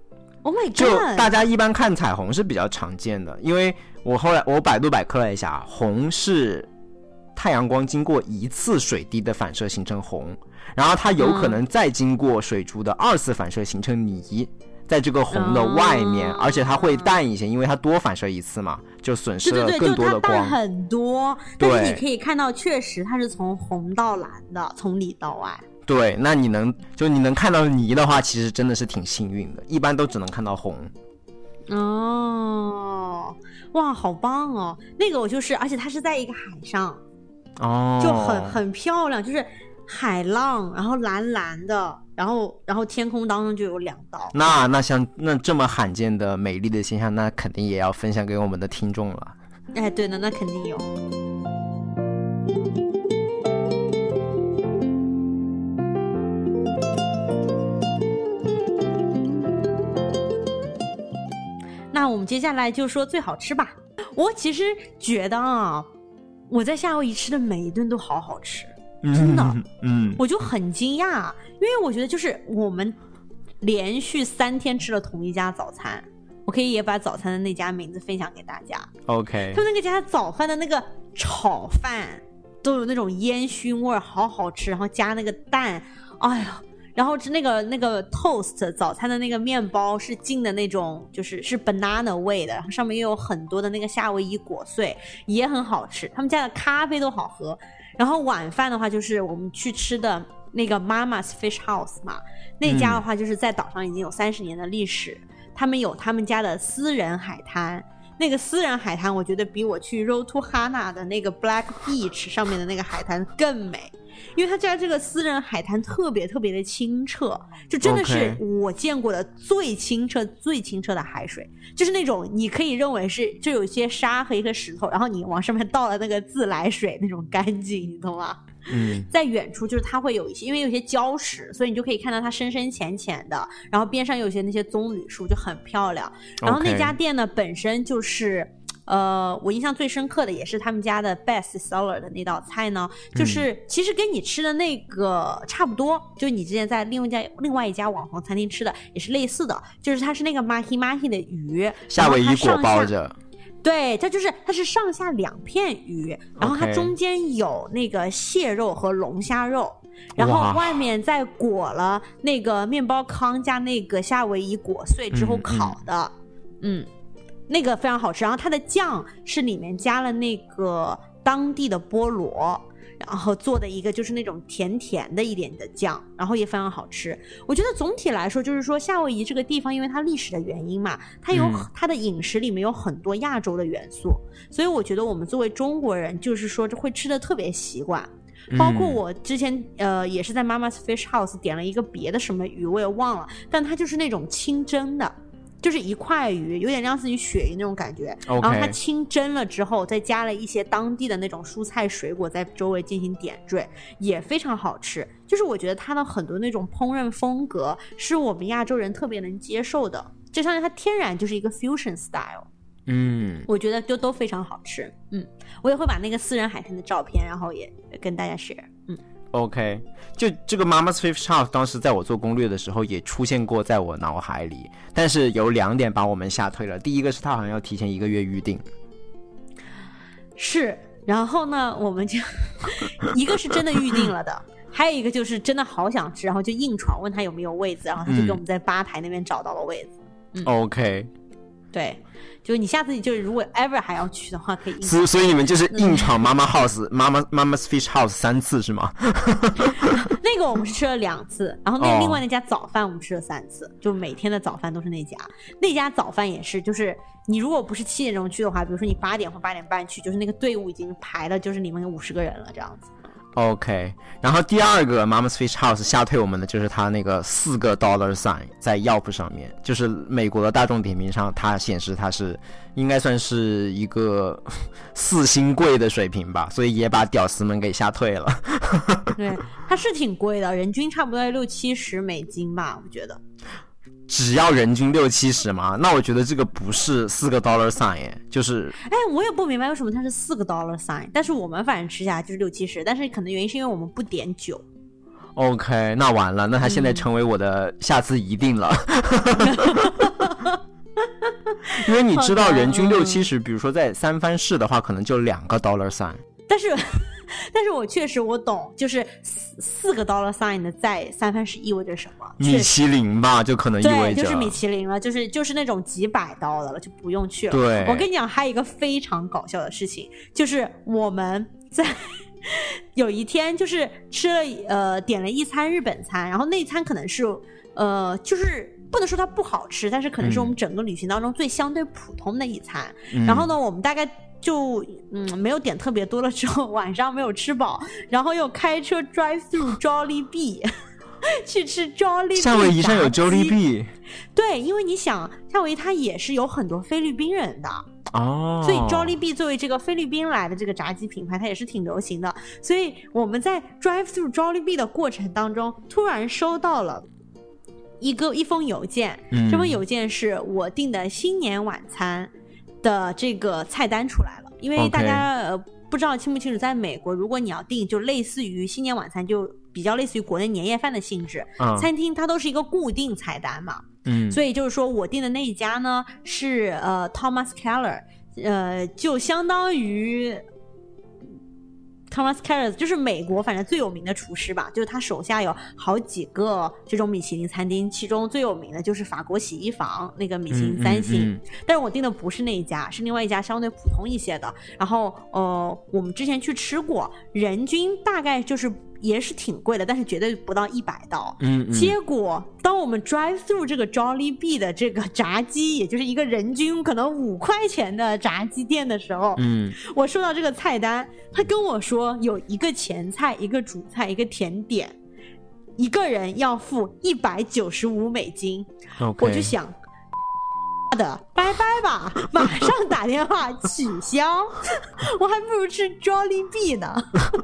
Oh my god， 就大家一般看彩虹是比较常见的，因为我后来我百度百科了一下，红是太阳光经过一次水滴的反射形成红，然后它有可能再经过水珠的二次反射形成泥，在这个红的外面、哦、而且它会淡一些，因为它多反射一次嘛，就损失了更多的光。对对对，就它淡很多，但是你可以看到确实它是从红到蓝的，从里到外。 对，那你能就你能看到泥的话，其实真的是挺幸运的，一般都只能看到红。 哦，哇，好棒哦！那个我就是，而且它是在一个海上， 哦， 就很很漂亮，就是海浪，然后蓝蓝的，然后然后天空当中就有两道。 那那像那这么罕见的美丽的现象，那肯定也要分享给我们的听众了。 哎，对的，那肯定有。那我们接下来就说最好吃吧。我其实觉得啊，我在夏威夷吃的每一顿都好好吃，真的，嗯，嗯我就很惊讶，因为我觉得就是我们连续三天吃了同一家早餐，我可以也把早餐的那家名字分享给大家。 OK， 他们那个家早饭的那个炒饭都有那种烟熏味，好好吃，然后加那个蛋， 哎呀。然后那个那个 toast 早餐的那个面包是浸的那种，就是是 banana 味的，然后上面又有很多的那个夏威夷果碎，也很好吃。他们家的咖啡都好喝。然后晚饭的话，就是我们去吃的那个 Mama's Fish House 嘛，那家的话就是在岛上已经有三十年的历史，嗯、他们有他们家的私人海滩。那个私人海滩，我觉得比我去 Rotorua 的那个 Black Beach 上面的那个海滩更美。因为他家这个私人海滩特别特别的清澈，就真的是我见过的最清澈、okay. 最清澈的海水，就是那种你可以认为是就有一些沙和一颗石头，然后你往上面倒了那个自来水那种干净，你懂吗？ 嗯， 在远处就是它会有一些，因为有些礁石，所以你就可以看到它深深浅浅的，然后边上有些那些棕榈树就很漂亮。然后那家店呢、okay. 本身就是呃，我印象最深刻的也是他们家的 best seller 的那道菜呢，就是其实跟你吃的那个差不多，嗯、就你之前在另外一家另外一家网红餐厅吃的也是类似的，就是它是那个 mahi mahi 的鱼， 夏威夷果包着。 对，它就是它是上下两片鱼，然后它中间有那个蟹肉和龙虾肉，然后外面再裹了那个面包糠加那个夏威夷果碎之后烤的，嗯。嗯嗯那个非常好吃，然后它的酱是里面加了那个当地的菠萝，然后做的一个就是那种甜甜的一点的酱，然后也非常好吃。我觉得总体来说就是说夏威夷这个地方因为它历史的原因嘛，它有、嗯、它的饮食里面有很多亚洲的元素，所以我觉得我们作为中国人就是说会吃的特别习惯。包括我之前呃也是在 Mama's Fish House 点了一个别的什么鱼我也忘了，但它就是那种清蒸的，就是一块鱼，有点类似于鳕鱼那种感觉、 okay. 然后它清蒸了之后再加了一些当地的那种蔬菜水果在周围进行点缀，也非常好吃。就是我觉得它的很多那种烹饪风格是我们亚洲人特别能接受的，就像它天然就是一个 fusion style。 嗯， 我觉得就都非常好吃。嗯，我也会把那个私人海滩的照片然后也跟大家 share。 嗯 OK， 就这个 Mama's Fish House 当时在我做攻略的时候也出现过在我脑海里，但是有两点把我们吓退了。第一个是他好像要提前一个月预定， 是，然后呢我们就一个是真的预定了的还有一个就是真的好想吃，然后就硬闯问他有没有位子，然后他就给我们在吧台那边找到了位子。 嗯嗯、OK， 对，就是你下次就是如果 ever 还要去的话可以硬所以所以你们就是硬闯妈妈 house、嗯、妈妈 Mama's Fish House 三次是吗？ 那个我们是吃了两次，然后那另外那家早饭我们吃了三次、哦、就每天的早饭都是那家那家早饭也是，就是你如果不是七点钟去的话，比如说你八点或八点半去，就是那个队伍已经排了就是你们五十个人了这样子。 OK， 然后第二个 Mama's Fish House 吓退我们的就是它那个四个 dollar sign 在 Yelp 上面，就是美国的大众点评上它显示它是应该算是一个四星贵的水平吧，所以也把屌丝们给吓退了。 对，它是挺贵的，人均差不多要六七十美金吧，我觉得。 只要人均六七十吗？那我觉得这个不是四个 dollar sign 耶，就是哎，我也不明白为什么它是四个 dollar sign， 但是我们反正吃下来就是六七十，但是可能原因是因为我们不点酒。 OK， 那完了，那它现在成为我的下次一定了。嗯、因为你知道人均六七十，比如说在三藩市的话可能就两个 dollar sign， 但是但是我确实我懂，就是四个 dollar sign 的在三藩市意味着什么？ 米其林吧，就可能意味着对，就是米其林了，就是就是那种几百刀的了，就不用去了。 对， 我跟你讲，还有一个非常搞笑的事情，就是我们在有一天就是吃了呃点了一餐日本餐，然后那一餐可能是呃就是不能说它不好吃，但是可能是我们整个旅行当中最相对普通的一餐。嗯、然后呢，我们大概。就嗯没有点特别多了之后，晚上没有吃饱，然后又开车 drive through Jollibee 去吃 Jollibee。 夏威夷上有 Jollibee？ 对，因为你想夏威夷它也是有很多菲律宾人的哦， 所以 Jollibee 作为这个菲律宾来的这个炸鸡品牌，它也是挺流行的。所以我们在 drive through Jollibee 的过程当中，突然收到了一个一封邮件、嗯、这封邮件是我订的新年晚餐的这个菜单出来了，因为大家、okay. 呃不知道清不清楚，在美国如果你要订就类似于新年晚餐，就比较类似于国内年夜饭的性质、嗯、餐厅它都是一个固定菜单嘛，嗯，所以就是说我订的那一家呢是呃 Thomas Keller， 呃就相当于 Thomas Keller 就是美国反正最有名的厨师吧，就是他手下有好几个这种米其林餐厅，其中最有名的就是法国洗衣房那个米其林三星、嗯嗯嗯、但是我订的不是那一家，是另外一家相对普通一些的。然后呃，我们之前去吃过，人均大概就是也是挺贵的，但是绝对不到一百刀。 嗯, 嗯， 结果当我们 drive through 这个 Jollibee 的这个炸鸡，也就是一个人均可能五块钱的炸鸡店的时候， 嗯， 我收到这个菜单，他跟我说有一个前菜、一个主菜、一个甜点，一个人要付一百九十五美金。 Okay. 我就想。的拜拜吧，马上打电话取消我还不如吃 Jollibee 呢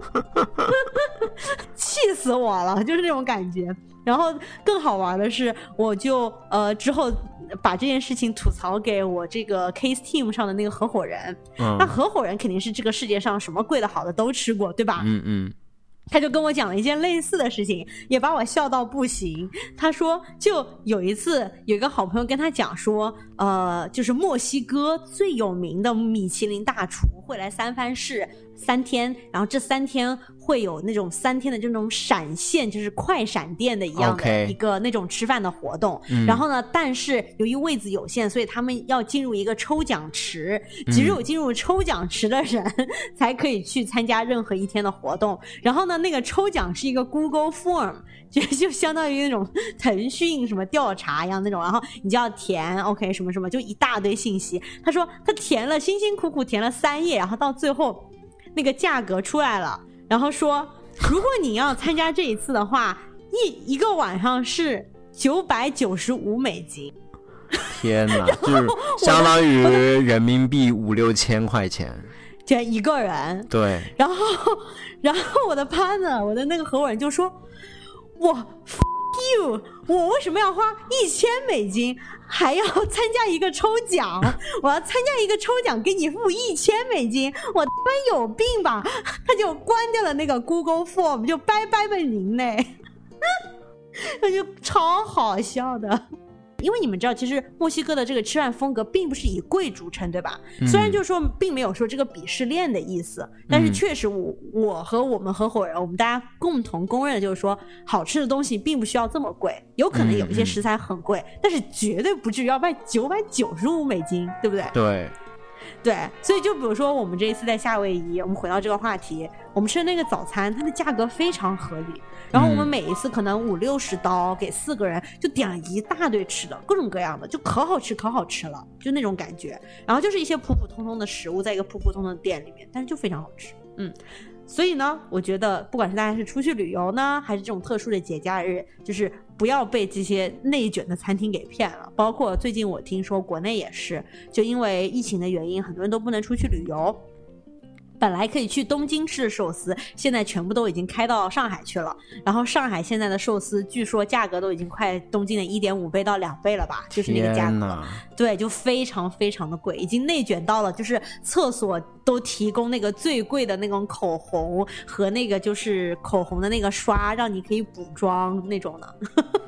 气死我了，就是那种感觉。然后更好玩的是，我就呃之后把这件事情吐槽给我这个 case team 上的那个合伙人、嗯、那合伙人肯定是这个世界上什么贵的好的都吃过，对吧？ 嗯嗯， 他就跟我讲了一件类似的事情，也把我笑到不行。他说就有一次有一个好朋友跟他讲说呃，就是墨西哥最有名的米其林大厨会来三藩市三天，然后这三天会有那种三天的这种闪现，就是快闪店的一样的一个那种吃饭的活动、okay. 然后呢但是由于位子有限，所以他们要进入一个抽奖池，只有进入抽奖池的人才可以去参加任何一天的活动。然后呢那个抽奖是一个 Google Form， 就就相当于那种腾讯什么调查一样那种，然后你就要填 OK 什么什么，就一大堆信息。他说他填了辛辛苦苦填了三页，然后到最后那个价格出来了，然后说如果你要参加这一次的话，一一个晚上是九百九十五美金。 天哪，就是相当于人民币五六千块钱， 就一个人。 对。 然后，然后我的 partner， 我的那个合伙人就说，我 F you， 我为什么要花一千美金，还要参加一个抽奖？我要参加一个抽奖，给你付一千美金，我他妈有病吧？他就关掉了那个 Google Form， 就拜拜吧您嘞，那就超好笑的。因为你们知道其实墨西哥的这个吃饭风格并不是以贵著称，对吧、嗯、虽然就是说并没有说这个鄙视链的意思，但是确实我我和我们合伙人我们大家共同公认的就是说好吃的东西并不需要这么贵，有可能有一些食材很贵、嗯、但是绝对不至于要卖九百九十五美金，对不对？ 对对，所以就比如说我们这一次在夏威夷，我们回到这个话题，我们吃的那个早餐它的价格非常合理，然后我们每一次可能五六十刀给四个人就点了一大堆吃的，各种各样的，就可好吃可好吃了，就那种感觉。然后就是一些普普通通的食物在一个普普通通的店里面，但是就非常好吃。嗯，所以呢我觉得不管是大家是出去旅游呢，还是这种特殊的节假日，就是不要被这些内卷的餐厅给骗了。包括最近我听说国内也是，就因为疫情的原因很多人都不能出去旅游，本来可以去东京吃的寿司现在全部都已经开到上海去了，然后上海现在的寿司据说价格都已经快东京的 一点五倍到两倍了吧，就是那个价格。对，就非常非常的贵，已经内卷到了就是厕所都提供那个最贵的那种口红和那个就是口红的那个刷让你可以补妆那种的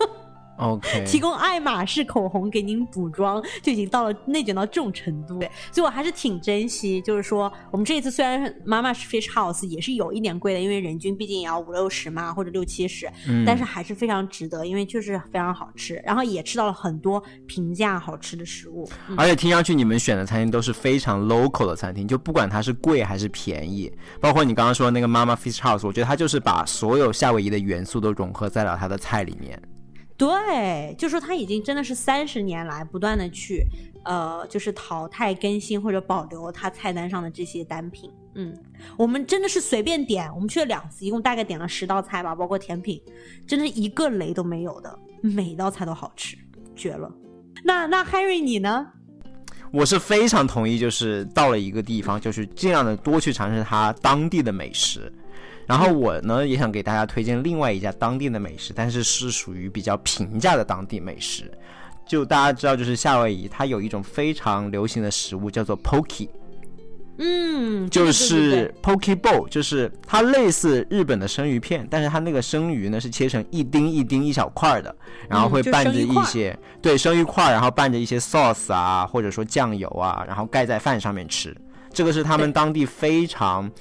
OK， 提供爱马仕口红给您补妆，就已经到了内卷到这种程度。所以我还是挺珍惜，就是说我们这一次虽然妈妈是 Fish House 也是有一点贵的，因为人均毕竟也要五六十嘛，或者六七十、嗯、但是还是非常值得，因为就是非常好吃，然后也吃到了很多平价好吃的食物、嗯、 而且听上去你们选的餐厅都是非常 local 的餐厅，就不管它是贵还是便宜，包括你刚刚说的那个妈妈 Fish House， 我觉得它就是把所有夏威夷的元素都融合在了它的菜里面。 对，就说他已经真的是三十年来不断的去呃，就是淘汰更新或者保留他菜单上的这些单品。嗯，我们真的是随便点，我们去了两次，一共大概点了十道菜吧，包括甜品，真的一个雷都没有的，每一道菜都好吃，绝了。那那 Harry 你呢？ 我是非常同意，就是到了一个地方就是尽量的多去尝试它当地的美食。然后我呢也想给大家推荐另外一家当地的美食，但是是属于比较平价的当地美食。就大家知道，就是夏威夷它有一种非常流行的食物叫做 Poke， 嗯， 就是 Poke Bowl， 就是它类似日本的生鱼片，但是它那个生鱼呢是切成一丁一丁一小块的，然后会拌着一些、嗯、对生鱼块，然后拌着一些 sauce 啊，或者说酱油啊，然后盖在饭上面吃。这个是他们当地非常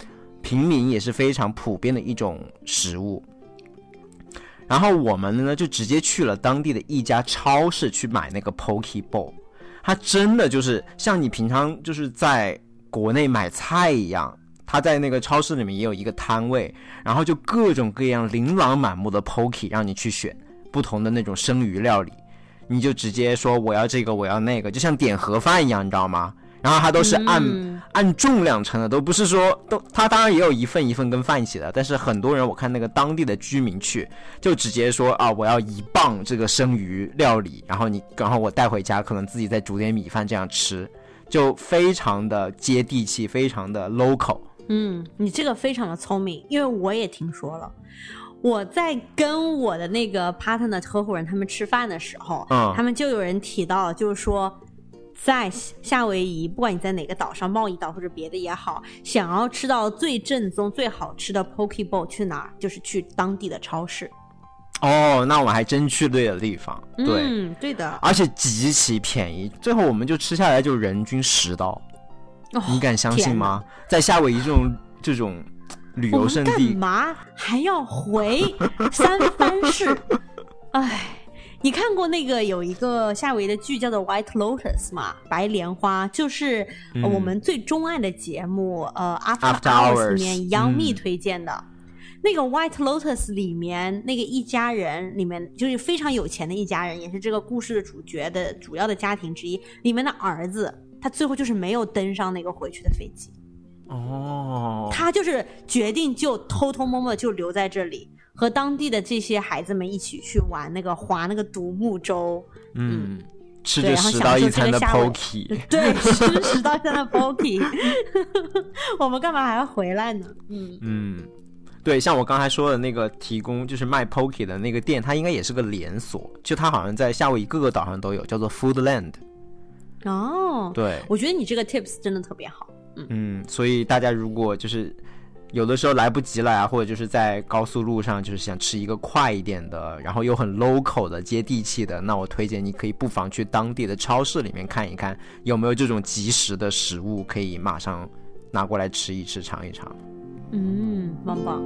平民也是非常普遍的一种食物。然后我们呢就直接去了当地的一家超市去买那个 poke bowl， 它真的就是像你平常就是在国内买菜一样，它在那个超市里面也有一个摊位，然后就各种各样琳琅满目的 poke 让你去选不同的那种生鱼料理，你就直接说我要这个我要那个，就像点盒饭一样，你知道吗？然后它都是按、嗯、按重量称的，都不是说都，它当然也有一份一份跟饭一起的，但是很多人我看那个当地的居民去就直接说啊，我要一磅这个生鱼料理，然后你然后我带回家，可能自己再煮点米饭这样吃，就非常的接地气，非常的 local。 嗯，你这个非常的聪明，因为我也听说了，我在跟我的那个 partner 合伙人他们吃饭的时候、嗯、他们就有人提到，就是说在夏威夷不管你在哪个岛上，贸易岛或者别的也好，想要吃到最正宗最好吃的 poke bowl 去哪儿？就是去当地的超市。 哦，那我还真去对了地方。对， 嗯，对的， 而且极其便宜，最后我们就吃下来就人均十刀、哦、你敢相信吗？在夏威夷这种这种旅游胜地， 我们干嘛还要回三藩市？哎，你看过那个有一个夏威夷的剧叫做 White Lotus 吗？白莲花，就是、呃嗯、我们最钟爱的节目呃 After, After Hours 里面 Young Me 推荐的、嗯、那个 White Lotus 里面那个一家人里面就是非常有钱的一家人，也是这个故事的主角的主要的家庭之一，里面的儿子他最后就是没有登上那个回去的飞机。 哦， 他就是决定就偷偷摸摸就留在这里，和当地的这些孩子们一起去玩那个划那个独木舟， 嗯，嗯吃着十刀一餐的 poke， 对，吃着十刀一餐的 poke， 我们干嘛还要回来呢？嗯嗯，对，像我刚才说的那个提供就是卖 poke 的那个店，它应该也是个连锁，就它好像在夏威夷各个岛上都有，叫做 Foodland。 哦， 对， 我觉得你这个 tips 真的特别好。 嗯, 嗯，所以大家如果就是有的时候来不及了啊，或者就是在高速路上就是想吃一个快一点的，然后又很 local 的接地气的，那我推荐你可以不妨去当地的超市里面看一看有没有这种即食的食物可以马上拿过来吃一吃尝一尝。 嗯，棒棒。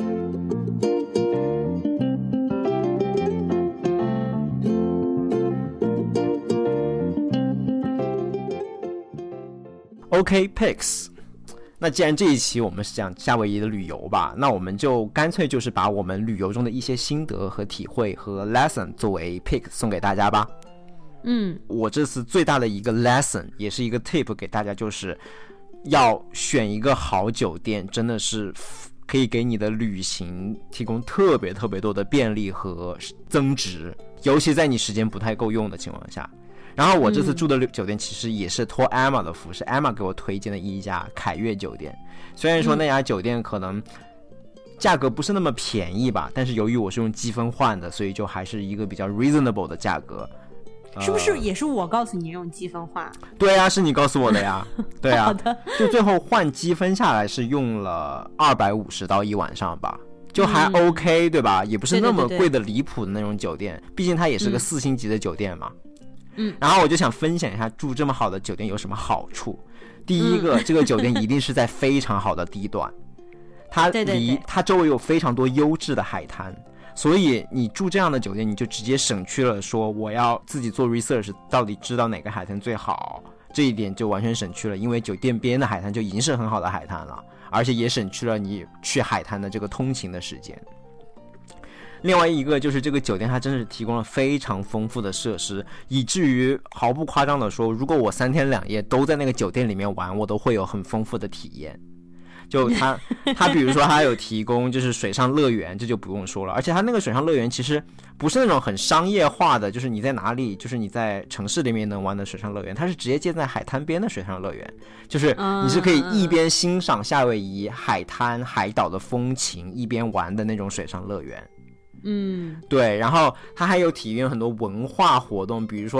OK Picks， 那既然这一期我们是讲夏威夷的旅游吧，那我们就干脆就是把我们旅游中的一些心得和体会和 lesson 作为 pick 送给大家吧。 嗯， 我这次最大的一个 lesson 也是一个 tip 给大家，就是要选一个好酒店，真的是可以给你的旅行提供特别特别多的便利和增值，尤其在你时间不太够用的情况下。然后我这次住的酒店其实也是托 Emma 的福，是 Emma 给我推荐的一家凯悦酒店。虽然说那家酒店可能价格不是那么便宜吧，但是由于我是用积分换的，所以就还是一个比较 reasonable 的价格。 是不是也是我告诉你用积分换？ 对啊，是你告诉我的呀。对啊， 好的， 就最后换积分下来是用了二百五十刀一晚上吧，就还 OK、嗯、对吧？也不是那么贵的离谱的那种酒店，对对对，毕竟它也是个四星级的酒店嘛。 嗯， 然后我就想分享一下住这么好的酒店有什么好处。第一个、嗯、这个酒店一定是在非常好的地段，它离对对对， 它周围有非常多优质的海滩，所以你住这样的酒店你就直接省去了说我要自己做 research 到底知道哪个海滩最好，这一点就完全省去了，因为酒店边的海滩就已经是很好的海滩了，而且也省去了你去海滩的这个通勤的时间。另外一个就是这个酒店它真是提供了非常丰富的设施，以至于毫不夸张的说，如果我三天两夜都在那个酒店里面玩，我都会有很丰富的体验。就它它比如说它有提供就是水上乐园，这就不用说了，而且它那个水上乐园其实不是那种很商业化的，就是你在哪里就是你在城市里面能玩的水上乐园，它是直接建在海滩边的水上乐园，就是你是可以一边欣赏夏威夷海滩海岛的风情一边玩的那种水上乐园。 嗯， 对，然后它还有体验很多文化活动，比如说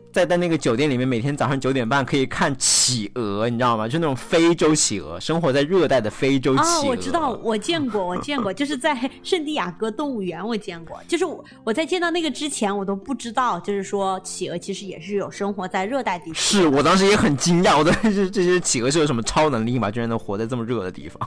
在在那个酒店里面，每天早上九点半可以看企鹅，你知道吗？就那种非洲企鹅，生活在热带的非洲企鹅。 哦，我知道，我见过，我见过，就是在圣地亚哥动物园，我见过。就是我我在见到那个之前，我都不知道，就是说企鹅其实也是有生活在热带地区。 是我当时也很惊讶，我的这这些企鹅是有什么超能力吗？居然能活在这么热的地方。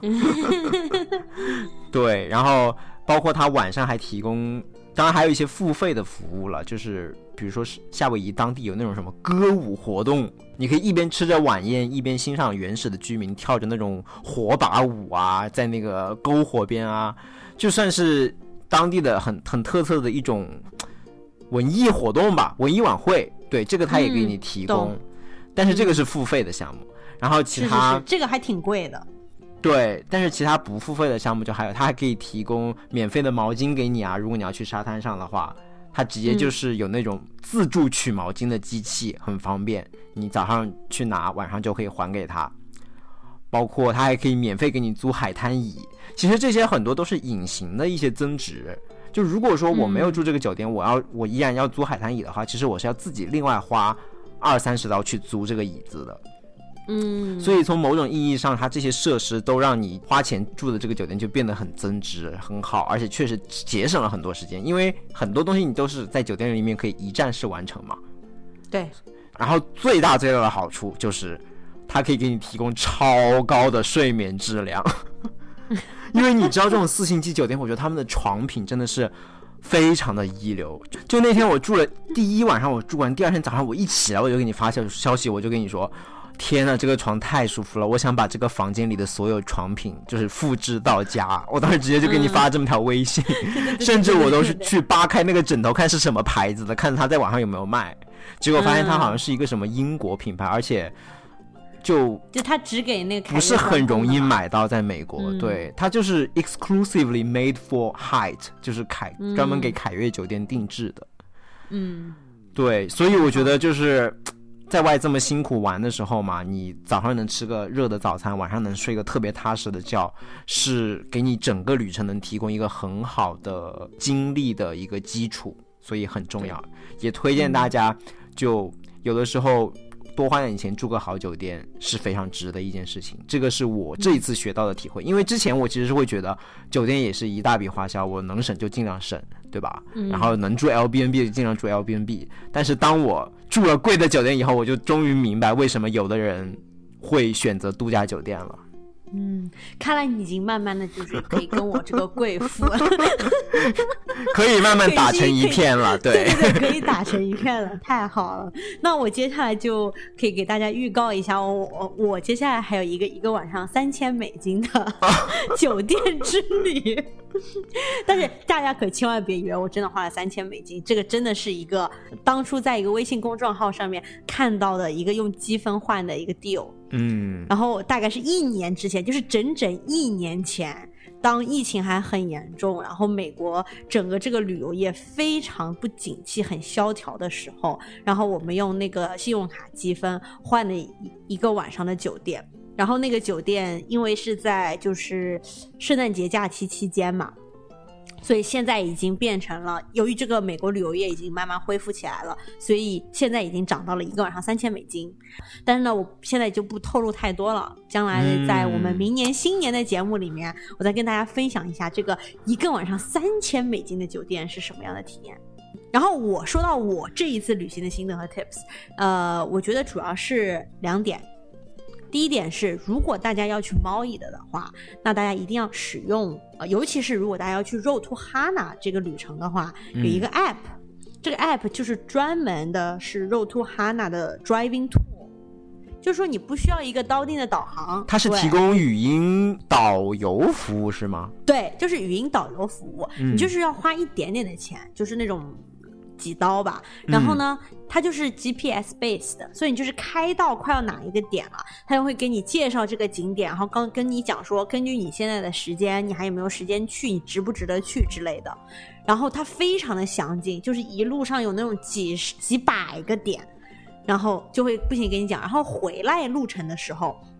对，然后包括他晚上还提供。当然还有一些付费的服务了，就是比如说夏威夷当地有那种什么歌舞活动，你可以一边吃着晚宴一边欣赏原始的居民跳着那种火把舞啊，在那个篝火边啊，就算是当地的很很特色的一种文艺活动吧，文艺晚会。对，这个他也给你提供、嗯、但是这个是付费的项目、嗯、然后其他是是是这个还挺贵的。 对，但是其他不付费的项目就还有，它还可以提供免费的毛巾给你啊，如果你要去沙滩上的话，它直接就是有那种自助取毛巾的机器、嗯、很方便，你早上去拿，晚上就可以还给他。包括它还可以免费给你租海滩椅，其实这些很多都是隐形的一些增值。就如果说我没有住这个酒店、嗯、我要我依然要租海滩椅的话，其实我是要自己另外花二三十刀去租这个椅子的。 嗯， 所以从某种意义上，它这些设施都让你花钱住的这个酒店就变得很增值很好，而且确实节省了很多时间，因为很多东西你都是在酒店里面可以一站式完成嘛。 对， 然后最大最大的好处就是它可以给你提供超高的睡眠质量因为你知道这种四星级酒店，我觉得他们的床品真的是非常的一流。就那天我住了第一晚上，我住完第二天早上我一起来我就给你发消息，我就跟你说天哪，这个床太舒服了，我想把这个房间里的所有床品就是复制到家。我当时直接就给你发这么条微信、嗯、甚至我都是去扒开那个枕头看是什么牌子的，看他在网上有没有卖，结果发现他好像是一个什么英国品牌、嗯、而且就就他只给那个不是很容易买到在美国、嗯、对，他就是 exclusively made for Hyatt， 就是凯、嗯、专门给凯悦酒店定制的。嗯，对，所以我觉得就是在外这么辛苦玩的时候嘛，你早上能吃个热的早餐，晚上能睡个特别踏实的觉，是给你整个旅程能提供一个很好的经历的一个基础，所以很重要。也推荐大家就有的时候多花点钱住个好酒店是非常值的一件事情，这个是我这一次学到的体会。因为之前我其实是会觉得酒店也是一大笔花销，我能省就尽量省，对吧、嗯、然后能住 L B N B 就尽量住 L B N B。 但是当我住了贵的酒店以后，我就终于明白为什么有的人会选择度假酒店了。 嗯，看来你已经慢慢的就是可以跟我这个贵妇可以慢慢打成一片了。对对对，可以打成一片了，太好了。那我接下来就可以给大家预告一下，我我我接下来还有一个一个晚上三千美金的酒店之旅但是大家可千万别以为我真的花了三千美金，这个真的是一个当初在一个微信公众号上面看到的一个用积分换的一个 deal。 嗯， 然后大概是一年之前，就是整整一年前，当疫情还很严重，然后美国整个这个旅游业非常不景气很萧条的时候，然后我们用那个信用卡积分换了一个晚上的酒店。然后那个酒店因为是在就是圣诞节假期期间嘛，所以现在已经变成了，由于这个美国旅游业已经慢慢恢复起来了，所以现在已经涨到了一个晚上三千美金。但是呢，我现在就不透露太多了，将来在我们明年新年的节目里面、嗯、我再跟大家分享一下这个一个晚上三千美金的酒店是什么样的体验。然后我说到我这一次旅行的心得和 tips， 呃，我觉得主要是两点。第一点是，如果大家要去猫椅的的话，那大家一定要使用、呃、尤其是如果大家要去 Road to Hana 这个旅程的话，有一个 app、嗯、这个 app 就是专门的是 Road to Hana 的 driving tour， 就是说你不需要一个当地的导航， 它是提供语音导游服务是吗？ 对，就是语音导游服务、嗯、你就是要花一点点的钱，就是那种几刀吧，然后呢、嗯、它就是 G P S based 的，所以你就是开到快要哪一个点了，它就会给你介绍这个景点，然后刚跟你讲说根据你现在的时间你还有没有时间去，你值不值得去之类的。然后它非常的详尽，就是一路上有那种几十几百个点，然后就会不行跟你讲，然后回来路程的时候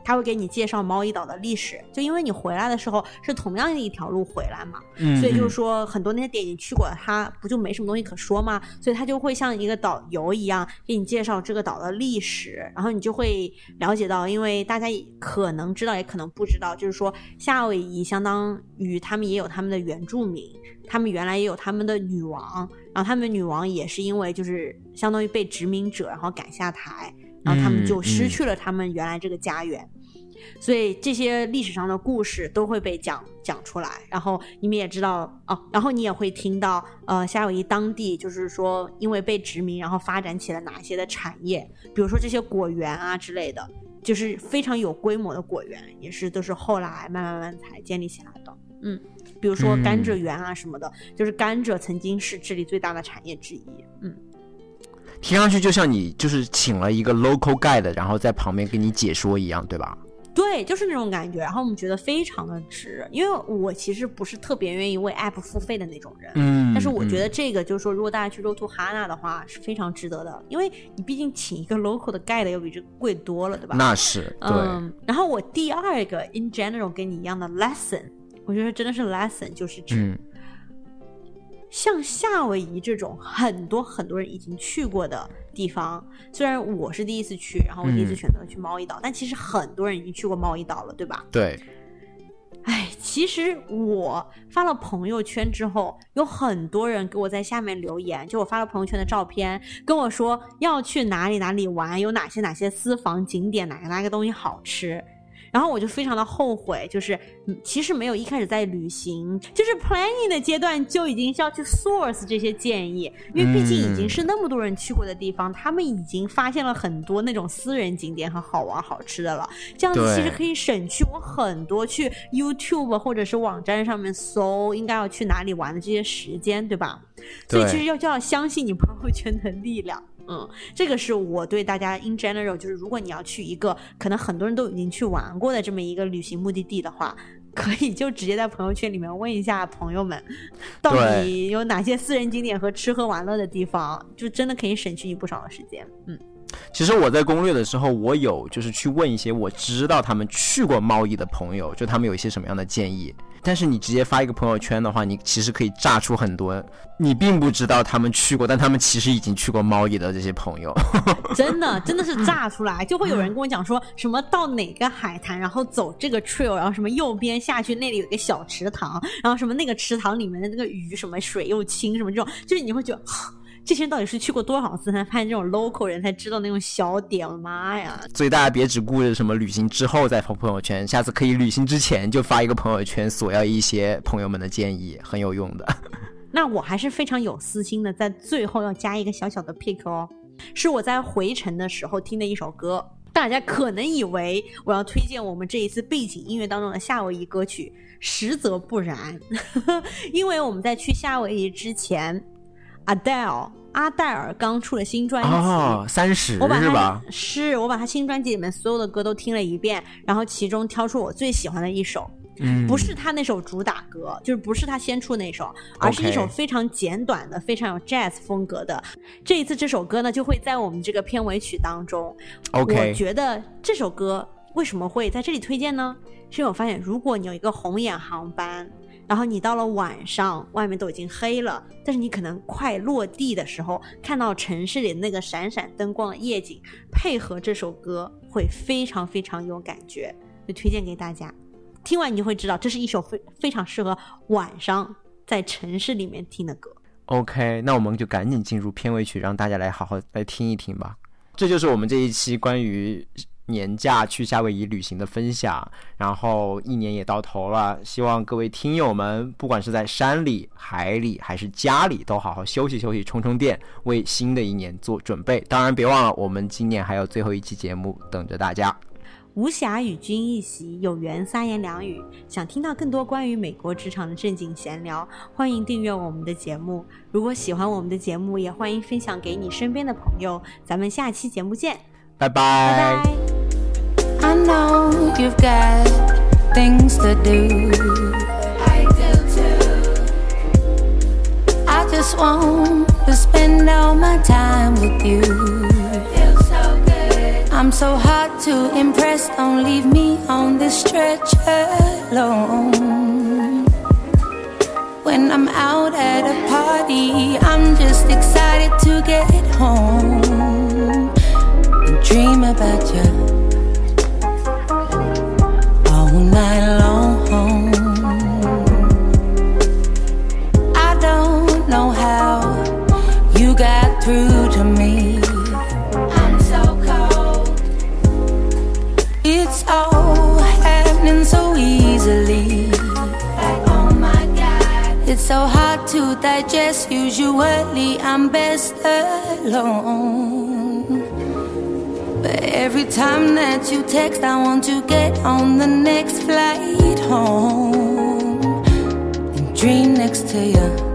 他会给你介绍猫一岛的历史，就因为你回来的时候是同样的一条路回来嘛， 嗯， 所以就是说很多那些点你去过他不就没什么东西可说吗？所以他就会像一个导游一样给你介绍这个岛的历史，然后你就会了解到，因为大家可能知道也可能不知道，就是说夏威夷相当于他们也有他们的原住民，他们原来也有他们的女王，然后他们的女王也是因为就是相当于被殖民者然后赶下台，然后他们就失去了他们原来这个家园、嗯嗯、所以这些历史上的故事都会被讲讲出来，然后你们也知道哦，然后你也会听到呃夏威夷当地就是说因为被殖民然后发展起了哪些的产业，比如说这些果园啊之类的，就是非常有规模的果园，也是都是后来慢慢慢慢才建立起来的。嗯，比如说甘蔗园啊什么的、嗯、就是甘蔗曾经是这里最大的产业之一。嗯， 听上去就像你就是请了一个 local guide 然后在旁边给你解说一样，对吧？ 对，就是那种感觉，然后我们觉得非常的值，因为我其实不是特别愿意为 app 付费的那种人， 嗯， 但是我觉得这个就是说如果大家去 Road to Hana 的话是非常值得的，因为你毕竟请一个 local 的 guide 要比这个贵多了，对吧？ 那是对、 嗯、然后我第二个 in general 跟你一样的 lesson， 我觉得真的是 lesson， 就是指、嗯像夏威夷这种很多很多人已经去过的地方，虽然我是第一次去，然后我第一次选择去猫一岛、嗯、但其实很多人已经去过猫一岛了，对吧？ 对。 哎，其实我发了朋友圈之后，有很多人给我在下面留言，就我发了朋友圈的照片，跟我说要去哪里哪里玩，有哪些哪些私房景点，哪个哪个东西好吃。然后我就非常的后悔，就是其实没有一开始在旅行就是 planning 的阶段就已经是要去 source 这些建议，因为毕竟已经是那么多人去过的地方、嗯、他们已经发现了很多那种私人景点和好玩好吃的了，这样子其实可以省去我很多去 YouTube 或者是网站上面搜应该要去哪里玩的这些时间，对吧？所以其实要就要相信你朋友圈的力量。嗯，这个是我对大家 in general， 就是如果你要去一个可能很多人都已经去玩过的这么一个旅行目的地的话，可以就直接在朋友圈里面问一下朋友们到底有哪些私人景点和吃喝玩乐的地方，就真的可以省去你不少的时间。嗯， 其实我在攻略的时候我有就是去问一些我知道他们去过猫一的朋友，就他们有一些什么样的建议，但是你直接发一个朋友圈的话，你其实可以炸出很多你并不知道他们去过但他们其实已经去过猫一的这些朋友。 真的真的是炸出来，就会有人跟我讲说什么到哪个海滩然后走这个 trail， 然后什么右边下去那里有一个小池塘，然后什么那个池塘里面的那个鱼什么水又清什么这种，就是你会觉得这些人到底是去过多少次才发现这种 local 人才知道那种小点，妈呀！所以大家别只顾着什么旅行之后再发朋友圈，下次可以旅行之前就发一个朋友圈索要一些朋友们的建议，很有用的。 那我还是非常有私心的，在最后要加一个小小的 pick 哦，是我在回程的时候听的一首歌，大家可能以为我要推荐我们这一次背景音乐当中的夏威夷歌曲，实则不然。因为我们在去夏威夷之前Adele 阿黛尔刚出了新专辑哦，三十是吧？ 是我把他新专辑里面所有的歌都听了一遍，然后其中挑出我最喜欢的一首，嗯，不是他那首主打歌，就是不是他先出那首，而是一首非常简短的非常有 jazz 风格的。这一次这首歌呢就会在我们这个片尾曲当中。 OK， 我觉得这首歌为什么会在这里推荐呢？是因为我发现如果你有一个红眼航班，然后你到了晚上外面都已经黑了，但是你可能快落地的时候看到城市里那个闪闪灯光的夜景，配合这首歌会非常非常有感觉，就推荐给大家。听完你就会知道这是一首非非常适合晚上在城市里面听的歌。 OK， 那我们就赶紧进入片尾曲，让大家来好好来听一听吧。这就是我们这一期关于年假去夏威夷旅行的分享，然后一年也到头了，希望各位听友们不管是在山里海里还是家里都好好休息休息，充充电，为新的一年做准备。当然别忘了我们今年还有最后一期节目等着大家。 无暇与君一席，有缘三言两语。想听到更多关于美国职场的正经闲聊，欢迎订阅我们的节目。如果喜欢我们的节目，也欢迎分享给你身边的朋友。咱们下期节目见， 拜拜。 拜拜。 I know you've got things to do. I do too. I just want to spend all my time with you. Feels so good. I'm I'm so hard to impress, don't leave me on this stretch alone. When I'm out at a party, I'm just excited to get home and dream about you all night long. I don't know how you got through to me. I'm so cold. It's all happening so easily. Like, oh my God, it's so hard to digest. Usually I'm best alone, but every time that you text, I want to get on the next flight home and dream next to you